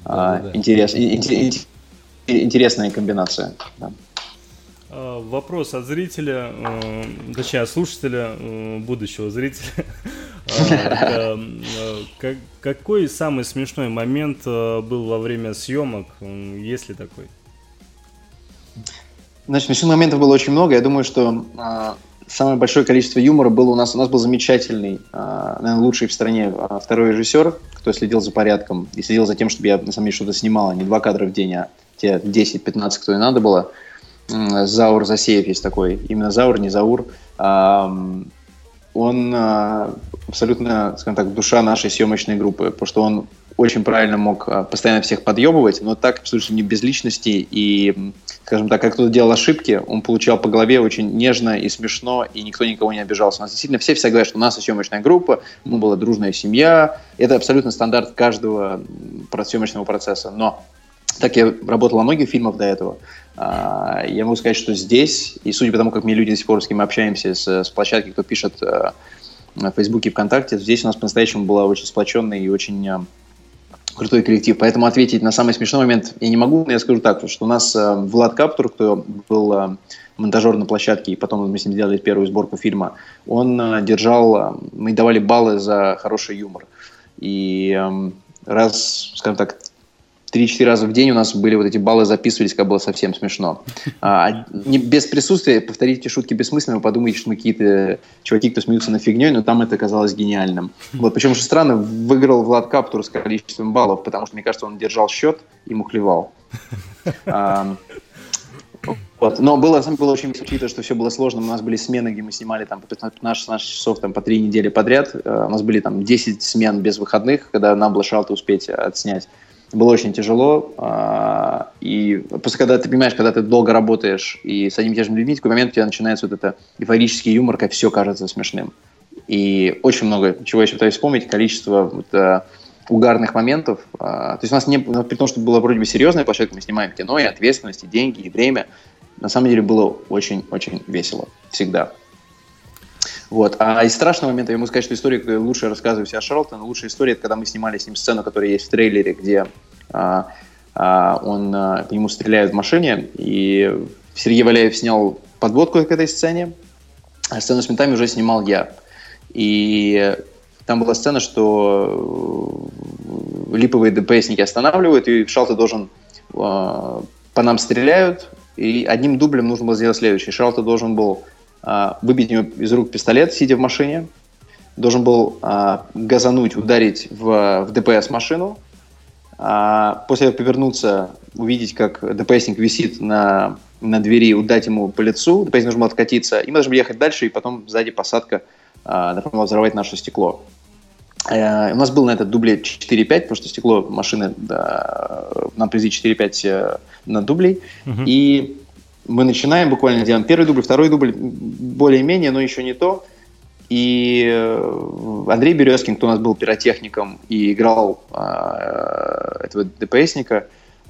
интересная комбинация. Да. Вопрос от зрителя, точнее, от слушателя, будущего зрителя. Какой самый смешной момент был во время съемок, есть ли такой? Значит, смешных моментов было очень много. Я думаю, что самое большое количество юмора было у нас. У нас был замечательный, наверное, лучший в стране второй режиссер, кто следил за порядком и следил за тем, чтобы я, на самом деле, что-то снимал, а не 2 кадра в день, а те 10-15, кто и надо было. Заур Засеев есть такой. Именно Заур, не Заур. Он абсолютно, скажем так, душа нашей съемочной группы, потому что он очень правильно мог постоянно всех подъебывать, но так абсолютно не без личности. И, скажем так, как кто-то делал ошибки, он получал по голове очень нежно и смешно, и никто никого не обижался. У нас действительно все говорят, что у нас съемочная группа, мы была дружная семья. Это абсолютно стандарт каждого съемочного процесса. Но так я работал во многих фильмах до этого. Я могу сказать, что здесь, и судя по тому, как мне люди до сих пор, с кем мы общаемся, с площадки, кто пишет на Фейсбуке и ВКонтакте, здесь у нас по-настоящему была очень сплоченный и очень крутой коллектив. Поэтому ответить на самый смешной момент я не могу, но я скажу так, что у нас Влад Каптур, кто был монтажер на площадке, и потом мы с ним сделали первую сборку фильма, он мы давали баллы за хороший юмор. И раз, скажем так, 3-4 раза в день у нас были вот эти баллы, записывались, как было совсем смешно. Без присутствия повторить эти шутки бессмысленно, вы подумаете, что мы какие-то чуваки, кто смеются на фигней, но там это оказалось гениальным. Вот, причем, что странно, выиграл Влад Каптур с количеством баллов, потому что, мне кажется, он держал счет и мухлевал. Вот. Но было очень учитывая, что все было сложно. У нас были смены, где мы снимали там, по 15 часов там, по 3 недели подряд. У нас были там 10 смен без выходных, когда нам было шалто успеть отснять. Было очень тяжело, и после, когда ты понимаешь, когда ты долго работаешь и с одним и тем же людьми, в какой момент у тебя начинается вот это эйфорический юмор, как все кажется смешным. И очень много чего я еще пытаюсь вспомнить, количество вот, угарных моментов. То есть у нас при том, что была вроде бы серьезная площадка, мы снимаем кино, и ответственность, и деньги, и время, на самом деле было очень-очень весело. Всегда. Вот. А из страшного момента я могу сказать, что история, которую лучше рассказываю себя Шарлтона, лучшая история, это когда мы снимали с ним сцену, которая есть в трейлере, где по нему стреляют в машине, и Сергей Валяев снял подводку к этой сцене, а сцену с ментами уже снимал я. И там была сцена, что липовые ДПСники останавливают, и Шарлтон должен по нам стреляют, и одним дублем нужно было сделать следующее. Шарлтон должен был выбить у него из рук пистолет, сидя в машине, должен был газануть, ударить в ДПС-машину, после этого повернуться, увидеть, как ДПСник висит на двери, удать ему по лицу, ДПСник нужно было откатиться, и мы должны были ехать дальше, и потом сзади посадка должна была взорвать наше стекло. У нас был на этот дубле 4-5, потому что стекло машины нам привезли 4-5 на дублей, и мы начинаем, буквально делаем первый дубль, второй дубль, более-менее, но еще не то. И Андрей Березкин, кто у нас был пиротехником и играл этого ДПСника,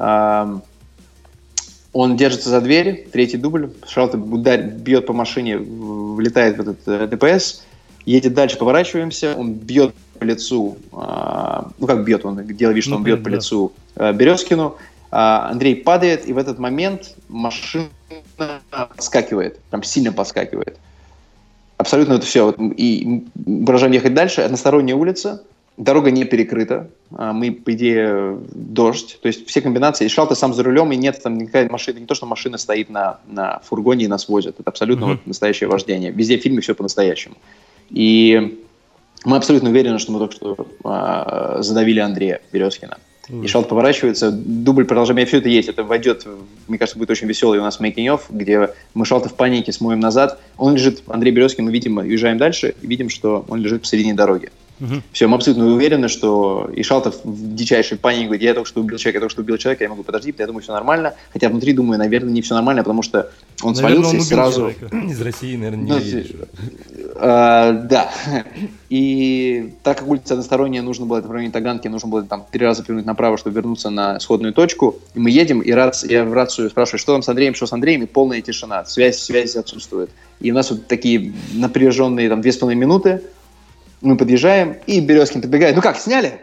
он держится за дверь, третий дубль, Шарлтон бьет по машине, влетает в этот ДПС, едет дальше, поворачиваемся, он бьет по лицу, ну как бьет, он делает вид, что он бьет по лицу Березкину, Андрей падает, и в этот момент машина подскакивает, прям сильно подскакивает. Абсолютно это все. И продолжаем ехать дальше. Односторонняя улица, дорога не перекрыта. Мы, по идее, дождь. То есть все комбинации. И Шалта сам за рулем, и нет там никакой машины. Не то, что машина стоит на фургоне и нас возят. Это абсолютно вот настоящее вождение. Везде в фильме все по-настоящему. И мы абсолютно уверены, что мы только что задавили Андрея Березкина. И Шалт поворачивается, дубль продолжаем, все это есть, это войдет, мне кажется, будет очень веселый у нас making-of, где мы Шалта в панике смотрим назад, он лежит, Андрей Березкин, мы видим, уезжаем дальше, и видим, что он лежит посередине дороги. Все, мы абсолютно уверены, что и Шалтов в дичайшей панике говорит, я только что убил человека, я могу подожди, я думаю, все нормально, хотя внутри думаю, наверное, не все нормально, потому что он свалился и сразу... Из России, наверное, не едешь. Да. И так как улица односторонняя, нужно было, это в районе Таганки, нужно было там 3 раза повернуть направо, чтобы вернуться на исходную точку, и мы едем, и я в рацию спрашиваю, что там с Андреем, и полная тишина, связь отсутствует. И у нас вот такие напряженные там 2,5 минуты, мы подъезжаем, и Березкин подбегает. Ну как, сняли?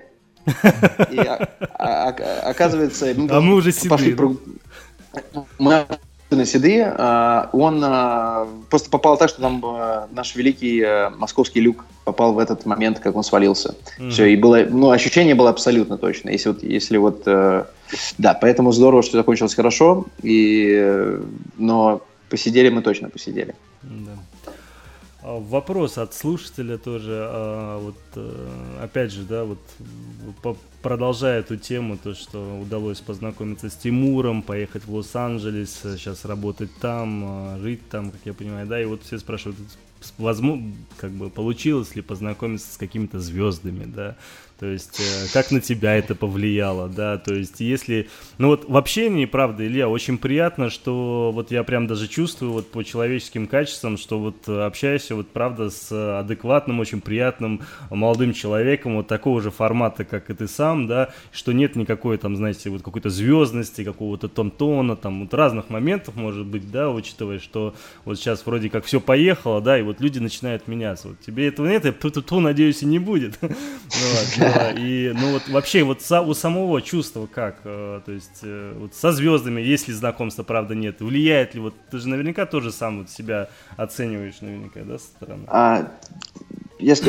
И оказывается... мы уже седые. Мы Седы, он просто попал так, что там наш великий московский Люк попал в этот момент, как он свалился. Все, и было, ощущение было абсолютно точно. Да, поэтому здорово, что закончилось хорошо, но посидели мы точно посидели. Да. Вопрос от слушателя тоже, опять же, да, продолжая эту тему, то, что удалось познакомиться с Тимуром, поехать в Лос-Анджелес, сейчас работать там, жить там, как я понимаю, да, и вот все спрашивают, возможно, получилось ли познакомиться с какими-то звездами, да, то есть как на тебя это повлияло, да, то есть если, в общении, правда, Илья, очень приятно, что я прям даже чувствую по человеческим качествам, что общаешься правда с адекватным, очень приятным молодым человеком такого же формата, как и ты сам, да, что нет никакой там, знаете, какой-то звездности, какого-то тона, там разных моментов может быть, да, учитывая, что сейчас вроде как все поехало, да, и люди начинают меняться, тебе этого нет, и надеюсь, и не будет. И, вообще, у самого чувства как, то есть, со звездами, если знакомства, правда, нет, влияет ли, ты же наверняка тоже сам себя оцениваешь, наверняка, да, со стороны? Если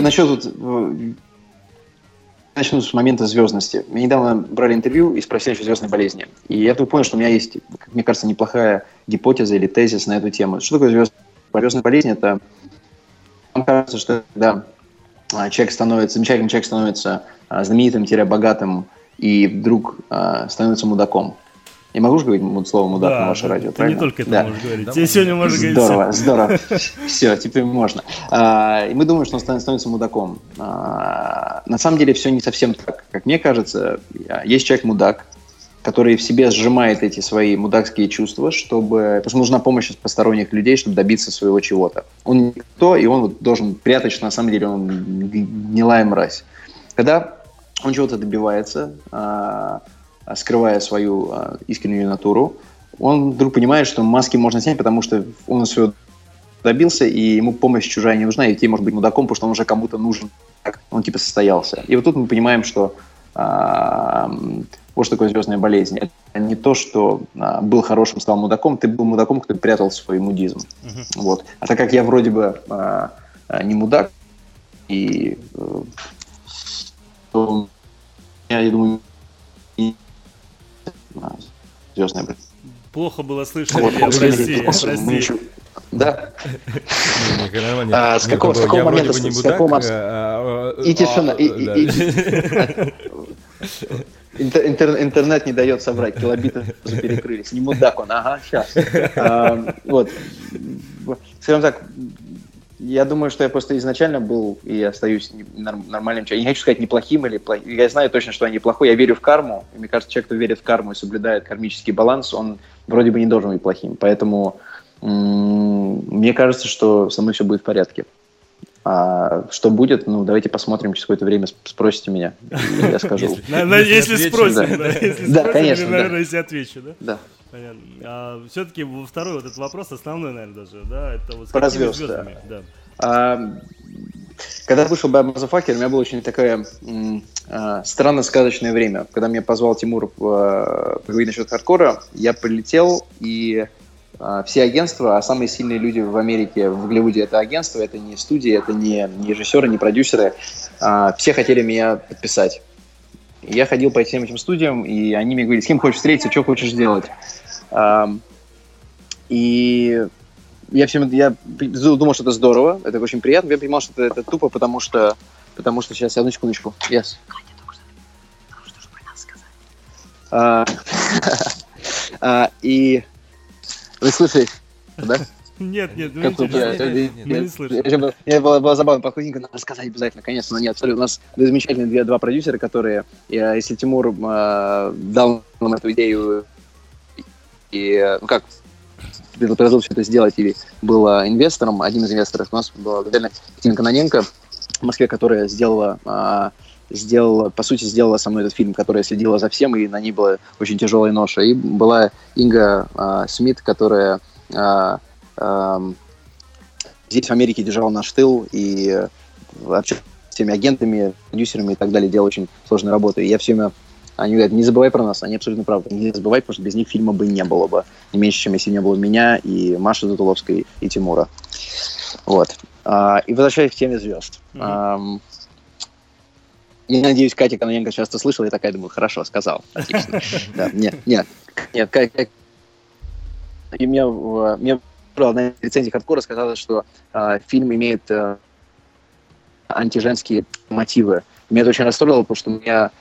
начну с момента звездности. Меня недавно брали интервью и спросили о звездной болезни. И я вдруг понял, что у меня есть, как мне кажется, неплохая гипотеза или тезис на эту тему. Что такое звездная болезнь? Это, мне кажется, что когда замечательный человек становится знаменитым-богатым и вдруг становится мудаком. Я могу же говорить слово «мудак» на ваше радио, правильно? Ты не только это можешь говорить. Тебе сегодня можно говорить. Здорово. Все, теперь можно. И мы думаем, что он становится мудаком. На самом деле все не совсем так. Как мне кажется, есть человек-мудак, который в себе сжимает эти свои мудакские чувства, потому что нужна помощь от посторонних людей, чтобы добиться своего чего-то. Он никто, и он должен прятать, что на самом деле он гнилая мразь. Когда он чего-то добивается, скрывая свою искреннюю натуру, он вдруг понимает, что маски можно снять, потому что он всего добился, и ему помощь чужая не нужна, и тебе может быть мудаком, потому что он уже кому-то нужен, он состоялся. И тут мы понимаем, что вот что такое звездная болезнь. Это не то, что был хорошим, стал мудаком, ты был мудаком, кто прятал свой мудизм. Вот. А так как я вроде бы не мудак, и я думаю, звездная болезнь. Плохо было слышно, прости. Да. С какого момента? И тишина. Интернет не дает соврать, килобиты перекрылись. Не мудак он, сейчас. Скажем так, я думаю, что я просто изначально был и остаюсь нормальным человеком. Я не хочу сказать неплохим или плохим. Я знаю точно, что я неплохой. Я верю в карму. И мне кажется, человек, кто верит в карму и соблюдает кармический баланс, он вроде бы не должен быть плохим. Поэтому мне кажется, что со мной все будет в порядке. А что будет, давайте посмотрим, через какое-то время спросите меня, и я скажу. Если спросим, да. Да, конечно. Наверное, если отвечу, да? Да. Понятно. Все-таки второй этот вопрос, основной, наверное, даже, да, это с про какими звездами. Да. Когда вышел Bad Motherfucker, у меня было очень такое странно-сказочное время. Когда меня позвал Тимур поговорить насчет хардкора, я полетел, и все агентства, а самые сильные люди в Америке, в Голливуде, это агентство, это не студии, это не режиссеры, не продюсеры, все хотели меня подписать. И я ходил по всем этим студиям, и они мне говорили, с кем хочешь встретиться, что хочешь сделать. И я думал, что это здорово, это очень приятно. Я понимал, что это тупо, потому что сейчас, одну секундочку. Yes. И вы слышали, да? Нет, мы не слышим. Мне было забавно, подходить, надо рассказать обязательно, конечно, но нет. Смотри, у нас замечательные два продюсера, которые, если Тимур дал нам эту идею, и, предложил все это сделать, и был инвестором, один из инвесторов у нас была Екатерина Кононенко в Москве, которая сделала со мной этот фильм, которая следила за всем, и на ней была очень тяжелая ноша. И была Инга Смит, которая здесь в Америке держала наш тыл и общалась с всеми агентами, продюсерами и так далее, делала очень сложную работу. И я все время Они говорят, не забывай про нас, они абсолютно правы. Не забывай, потому что без них фильма бы не было бы. Не меньше, чем если не было меня, и Маши Затуловской, и Тимура. Вот. И возвращаясь к теме звезд. Я надеюсь, Катя Кононенко часто слышала, я такая думаю, хорошо, сказал. Отлично. Нет. И мне одна из рецензий хардкора сказала, что фильм имеет антиженские мотивы. Меня это очень расстроило, потому что у меня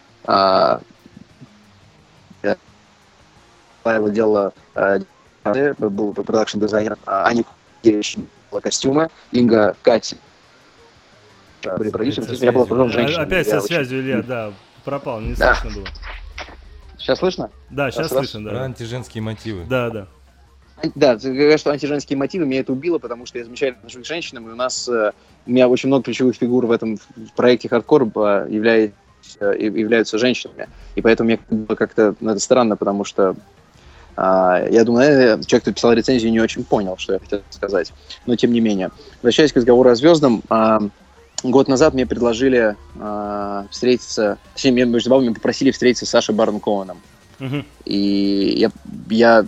его делала был продакшн-дизайнер, Аня делала костюмы, Инга Катя были продюсерами. Я был окружен женщинами. Опять со связью, Илья, да, пропал, не слышно было. Сейчас слышно? Да, сейчас слышно, да. Про антиженские мотивы. Да. Да, ты говоришь, что антиженские мотивы, меня это убило, потому что я замечательно отношусь к женщинам, и у меня очень много ключевых фигур в этом проекте хардкор являются женщинами. И поэтому мне как-то это странно, потому что я думаю, человек, кто писал рецензию, не очень понял, что я хотел сказать. Но тем не менее. Возвращаясь к разговору о звездном, год назад мне предложили встретиться, точнее, между собой меня попросили встретиться с Сашей Барон Коэном. И я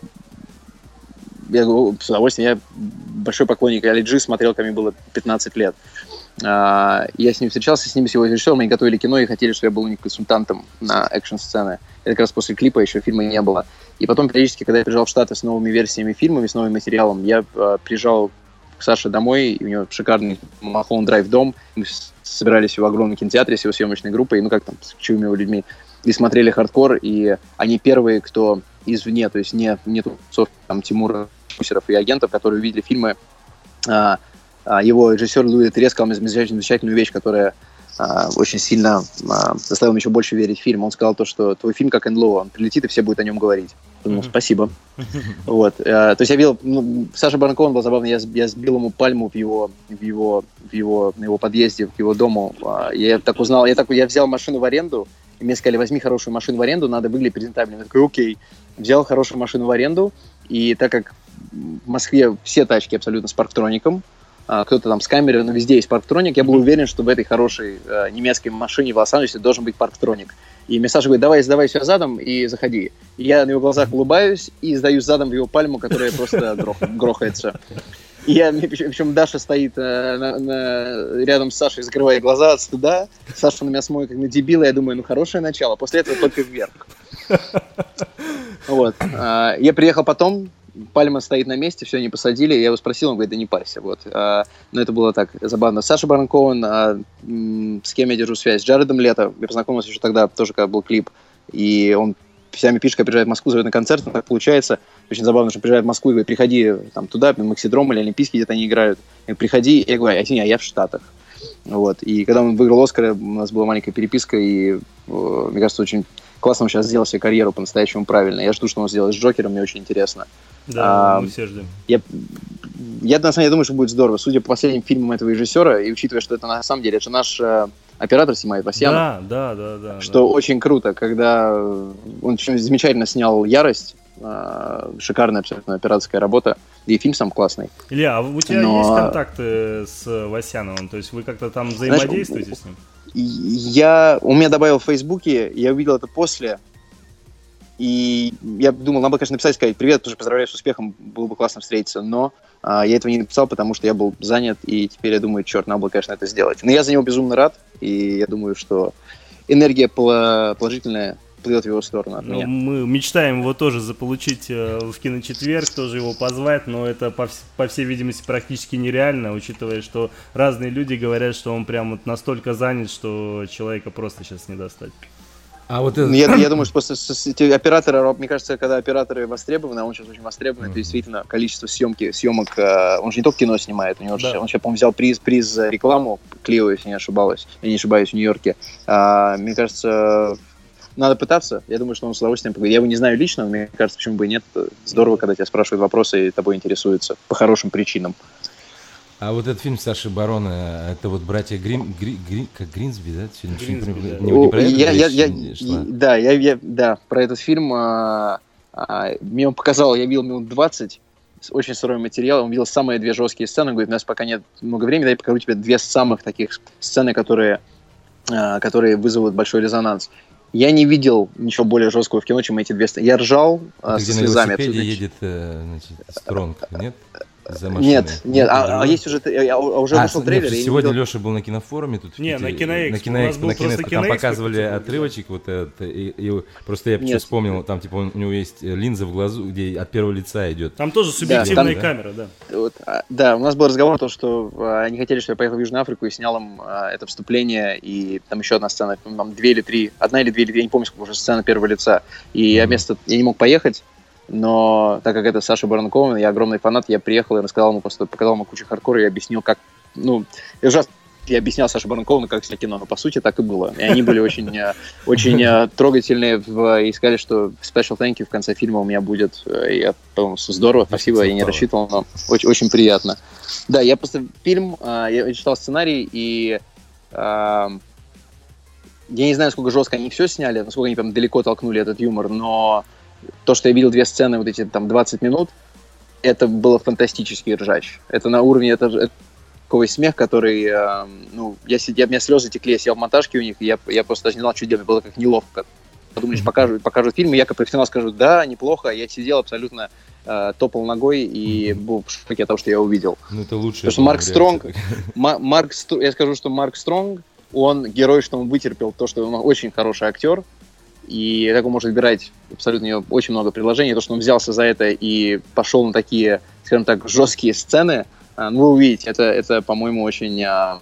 с удовольствием, я большой поклонник Али Джи, смотрел, когда мне было 15 лет. Я с ним встречался, с его режиссером, они готовили кино и хотели, чтобы я был у них консультантом на экшн-сцены. Это как раз после клипа, еще фильма не было. И потом периодически, когда я приезжал в Штаты с новыми версиями фильмов, с новым материалом, я приезжал к Саше домой, и у него шикарный Mulholland Drive дом, мы собирались в огромном кинотеатре с его съемочной группой, с ключевыми его людьми, и смотрели хардкор, и они первые, кто извне, то есть не там Тимура, продюсеров и агентов, которые увидели фильмы. Его режиссер Луи Терре сказал мне замечательную вещь, которая очень сильно заставила меня еще больше верить в фильм. Он сказал то, что твой фильм как НЛО, он прилетит, и все будут о нем говорить. Я думал, спасибо. Вот. То есть я видел, Саша Барон Коэн был забавный, я сбил ему пальму на его подъезде, к его дому. Я так узнал, я взял машину в аренду, и мне сказали, возьми хорошую машину в аренду, надо выглядеть презентабельно. Я такой, окей. Взял хорошую машину в аренду, и так как в Москве все тачки абсолютно с парктроником, кто-то там с камерой, но везде есть парктроник, я был уверен, что в этой хорошей немецкой машине в Лос-Анджелесе должен быть парктроник. И мне Саша говорит, давай сдавай все задом и заходи. И я на его глазах улыбаюсь и сдаю задом в его пальму, которая просто грохается. И причем Даша стоит рядом с Сашей, закрывая глаза от стыда. Саша на меня смотрит как на дебила, я думаю, хорошее начало, после этого только вверх. Вот. Я приехал потом, пальма стоит на месте, все, они посадили, я его спросил, он говорит, да не парься, вот. Но это было так забавно. Саша Барон Коэн, с кем я держу связь? С Джаредом Лето, я познакомился еще тогда, тоже когда был клип, и он всеми пишет, когда приезжает в Москву, зовет на концерт, но так получается, очень забавно, что приезжает в Москву и говорит, приходи там туда, Максидром или Олимпийский, где-то они играют, и приходи, я говорю, я в Штатах. Вот. И когда он выиграл Оскар, у нас была маленькая переписка, и мне кажется, очень классно он сейчас сделал себе карьеру по-настоящему правильно. Я жду, что он сделает с Джокером, мне очень интересно. Да, мы все ждем. Я на самом деле думаю, что будет здорово. Судя по последним фильмам этого режиссера, и учитывая, что это на самом деле, это же наш оператор снимает, Васьянов. Да. Что очень круто, когда он замечательно снял «Ярость», шикарная абсолютно операторская работа, и фильм сам классный. Илья, а у тебя есть контакты с Васьяновым? То есть вы как-то там взаимодействуете с ним? Он меня добавил в Фейсбуке, я увидел это после, и я думал, надо было, конечно, написать, сказать привет, тоже поздравляю с успехом, было бы классно встретиться, но я этого не написал, потому что я был занят, и теперь я думаю, черт, надо было, конечно, это сделать. Но я за него безумно рад, и я думаю, что энергия положительная плывет в его сторону от меня. Мы мечтаем его тоже заполучить в киночетверг, тоже его позвать, но это, по всей видимости, практически нереально, учитывая, что разные люди говорят, что он прям вот настолько занят, что человека просто сейчас не достать. Я думаю, что просто операторы, мне кажется, когда операторы востребованы, а он сейчас очень востребован, это действительно количество съемок, он же не только кино снимает, он сейчас, по-моему, взял приз за рекламу Клио, если не ошибаюсь, в Нью-Йорке. Мне кажется, надо пытаться. Я думаю, что он с удовольствием поговорит. Я его не знаю лично, но мне кажется, почему бы и нет. Здорово, когда тебя спрашивают вопросы и тобой интересуются по хорошим причинам. А вот этот фильм Саши Барона, это вот братья как Гринсби, да? Гринсби, да. Не про это Да, про этот фильм мне он показал, я видел минут 20, очень сырой материал, он видел самые две жесткие сцены, он говорит, у нас пока нет много времени, дай я покажу тебе две самых таких сцены, которые вызовут большой резонанс. Я не видел ничего более жесткого в кино, чем эти две сцены. Я ржал со слезами. Где на велосипеде едет, значит, Стронг, нет? За машиной. Нет, есть уже, уже вышел трейлер. Сегодня Леша был на кинофоруме. Тут не, на Киноэкспо. Там показывали отрывочек вот этот. И просто я почему вспомнил, там типа у него есть линза в глазу, где от первого лица идет. Там тоже субъективная камера, да. Вот, да, у нас был разговор о том, что они хотели, чтобы я поехал в Южную Африку и снял им это вступление, и там еще одна сцена, там одна или две, я не помню, сколько уже сцена первого лица. И я не мог поехать. Но так как это Саша Барон Коэн, я огромный фанат, я приехал и рассказал ему, просто показал ему кучу хардкора и объяснил, как, я объяснял Саше Барон Коэну, как снять кино, но по сути так и было. И они были очень трогательные и сказали, что special thank you в конце фильма у меня будет. Я подумал, здорово, спасибо, я не рассчитывал, но очень, очень приятно. Да, я просто я читал сценарий, и я не знаю, насколько жестко они все сняли, насколько они там далеко толкнули этот юмор, но то, что я видел две сцены, вот эти там 20 минут, это было фантастический ржач. Это на уровне, это такой смех, который, у меня слезы текли, я сидел в монтажке у них, и я просто даже не знал, что делать, было как неловко. Подумаешь, покажут фильм, и я как профессионал скажу, да, неплохо, я сидел абсолютно, топал ногой и был в шоке от того, что я увидел. Ну, это лучше. Потому что Марк Стронг, я скажу, что Марк Стронг, он герой, что он вытерпел то, что он очень хороший актер, и так он может играть абсолютно, у него очень много предложений. То, что он взялся за это и пошел на такие, скажем так, жесткие сцены, вы увидите, это по-моему, очень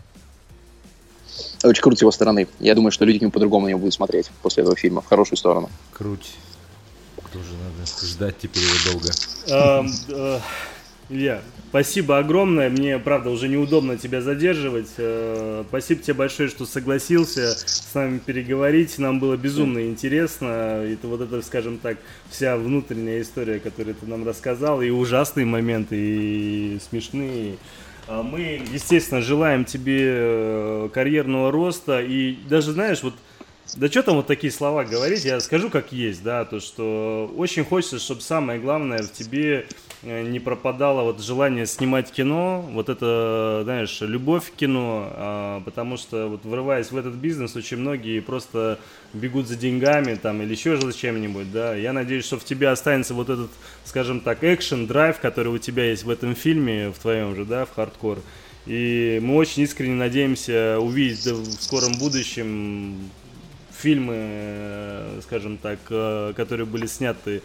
круто с его стороны. Я думаю, что люди к нему по-другому на него будут смотреть после этого фильма, в хорошую сторону. Круть. Тоже надо ждать теперь его долго. Илья, спасибо огромное. Мне, правда, уже неудобно тебя задерживать. Спасибо тебе большое, что согласился с нами переговорить. Нам было безумно интересно. Это вот это, скажем так, вся внутренняя история, которую ты нам рассказал, и ужасные моменты, и смешные. Мы, естественно, желаем тебе карьерного роста. И даже, знаешь, вот да что там вот такие слова говорить, я скажу как есть, да, то, что очень хочется, чтобы самое главное в тебе не пропадало вот желание снимать кино, вот это, знаешь, любовь к кино, потому что вот врываясь в этот бизнес, очень многие просто бегут за деньгами там или еще за чем-нибудь, да, я надеюсь, что в тебе останется вот этот, скажем так, экшен, драйв, который у тебя есть в этом фильме, в твоем же, да, в хардкор, и мы очень искренне надеемся увидеть в скором будущем фильмы, скажем так, которые были сняты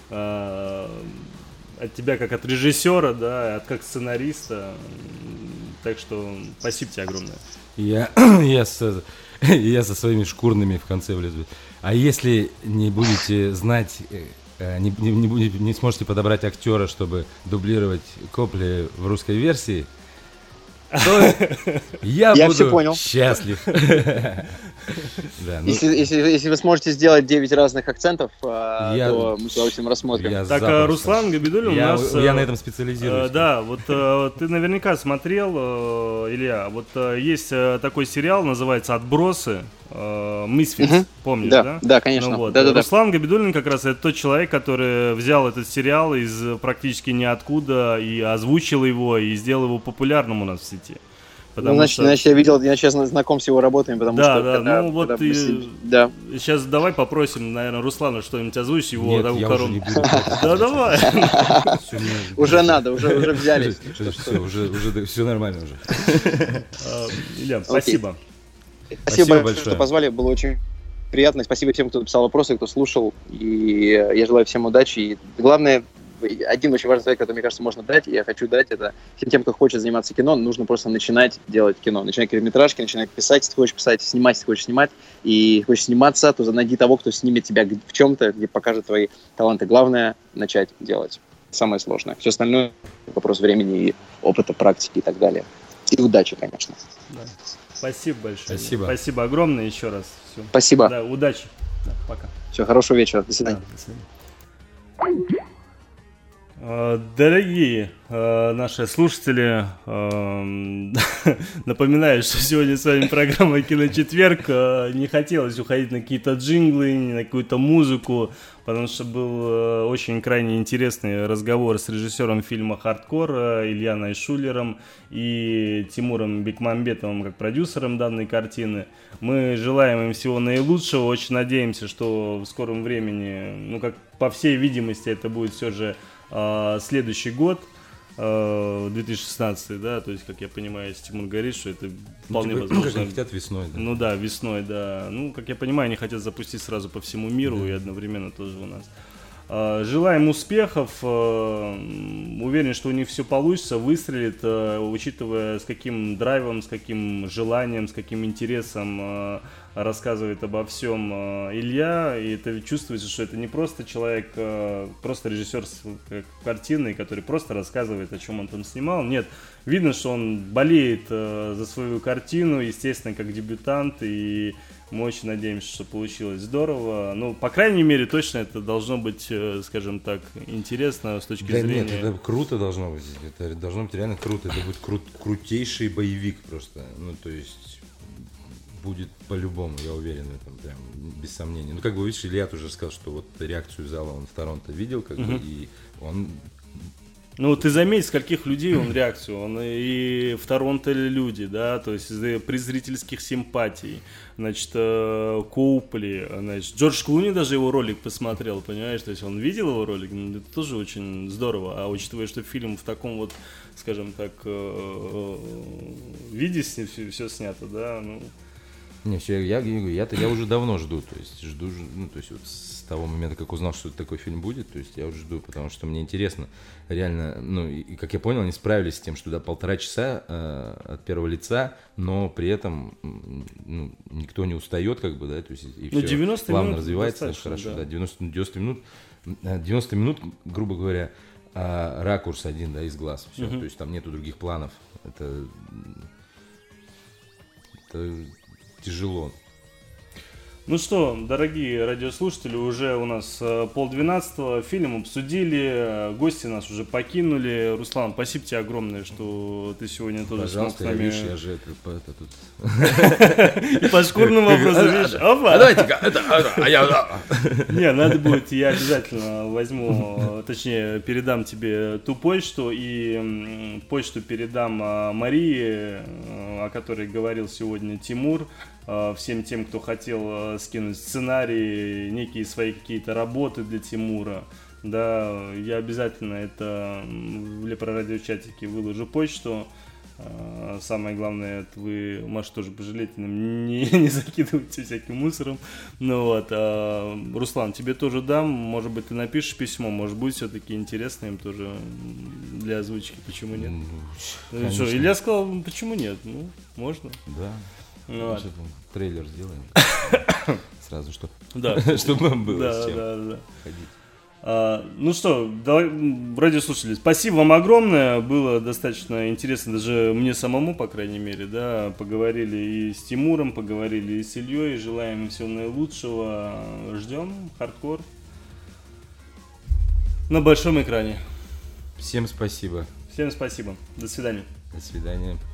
от тебя как от режиссера, да, как сценариста. Так что спасибо тебе огромное. Я со своими шкурными в конце влезу. А если не будете знать, не сможете подобрать актера, чтобы дублировать Копли в русской версии, то я буду счастлив. Если вы сможете сделать 9 разных акцентов, то мы с удовольствием рассмотрим. Так, Руслан Габидуллин у нас... Я на этом специализируюсь. Да, вот ты наверняка смотрел, Илья, вот есть такой сериал, называется «Отбросы». Misfits, помнишь, да? Да, конечно. Ну, вот. Да. Руслан Габидуллин как раз это тот человек, который взял этот сериал из практически ниоткуда и озвучил его, и сделал его популярным у нас в сети. Значит, я сейчас знаком с его работами, потому что... Сейчас давай попросим, наверное, Руслана что-нибудь озвучить его. Нет, я уже не буду. Да, давай. Уже надо, уже взялись. Все нормально уже. Илья, спасибо. Спасибо большое, что позвали, было очень приятно. Спасибо всем, кто писал вопросы, кто слушал. И я желаю всем удачи. И главное, один очень важный совет, который, мне кажется, можно дать, и я хочу дать, это всем тем, кто хочет заниматься кино, нужно просто начинать делать кино. Начинать короткометражки, начинать писать, если ты хочешь писать, снимать, если хочешь снимать. И хочешь сниматься, то найди того, кто снимет тебя в чем-то, где покажет твои таланты. Главное — начать делать. Самое сложное. Все остальное — вопрос времени и опыта, практики и так далее. И удачи, конечно. Да. Спасибо большое. Спасибо огромное еще раз. Все. Спасибо. Да, удачи. Да, пока. Все, хорошего вечера. До свидания. Да, до свидания. Дорогие наши слушатели, напоминаю, что сегодня с вами программа «Киночетверг». Не хотелось уходить на какие-то джинглы, на какую-то музыку, потому что был очень крайне интересный разговор с режиссером фильма «Хардкор» Ильяной Шулером и Тимуром Бекмамбетовым как продюсером данной картины. Мы желаем им всего наилучшего, очень надеемся, что в скором времени, как по всей видимости, это будет все же следующий год, 2016, да, то есть, как я понимаю, если Тимур говорит, что это вполне возможно. Как они хотят весной, да. Ну да, весной, да. Как я понимаю, они хотят запустить сразу по всему миру, да. И одновременно тоже у нас. Желаем успехов, уверен, что у них все получится, выстрелит, учитывая с каким драйвом, с каким желанием, с каким интересом рассказывает обо всем Илья, и это чувствуется, что это не просто человек, просто режиссер картины, который просто рассказывает, о чем он там снимал. Нет, видно, что он болеет за свою картину, естественно, как дебютант, и мы очень надеемся, что получилось здорово. По крайней мере, точно это должно быть, скажем так, интересно с точки зрения... Нет, это круто должно быть. Это должно быть реально круто. Это будет крутейший боевик просто. То есть будет по-любому, я уверен в этом, прям без сомнений. Видишь, Илья тоже сказал, что вот реакцию зала он в Торонто видел, и он... ты заметь, скольких людей он реакцию, он и в Торонто люди, да, то есть при зрительских симпатий, Коупли, Джордж Клуни даже его ролик посмотрел, понимаешь, то есть он видел его ролик, это тоже очень здорово, а учитывая, что фильм в таком вот, скажем так, виде все снято, да, Не, все, я уже давно жду, то есть вот с того момента, как узнал, что такой фильм будет, то есть я уже жду, потому что мне интересно, реально, и как я понял, они справились с тем, что 1,5 часа от первого лица, но при этом никто не устает, да, то есть и все 90 плавно минут развивается, хорошо, да, 90 минут, грубо говоря, ракурс один, да, из глаз, все, то есть там нету других планов, это тяжело. Что, дорогие радиослушатели, уже у нас 11:30, фильм обсудили, гости нас уже покинули. Руслан, спасибо тебе огромное, что ты сегодня тоже смог с нами... Пожалуйста, я же это тут... И по шкурным вопросам, видишь? Опа! Давайте-ка, Не, надо будет, я обязательно возьму, точнее, передам тебе ту почту, и почту передам Марии, о которой говорил сегодня Тимур, всем тем, кто хотел скинуть сценарий, некие свои какие-то работы для Тимура. Да, я обязательно это в Лепрорадиочатике выложу почту. Самое главное, это вы, Маша, тоже пожалейте, не закидывайте всяким мусором. Руслан, тебе тоже дам, может быть, ты напишешь письмо, может быть, все-таки интересно им тоже для озвучки, почему нет? Что, Илья сказал, почему нет? Можно. Да. Трейлер сделаем. Сразу, чтобы вам было с чем ходить. Радиослушатели, спасибо вам огромное. Было достаточно интересно, даже мне самому, по крайней мере, да. Поговорили и с Тимуром, поговорили и с Ильей. Желаем им всего наилучшего. Ждем Хардкор на большом экране. Всем спасибо. Всем спасибо. До свидания. До свидания.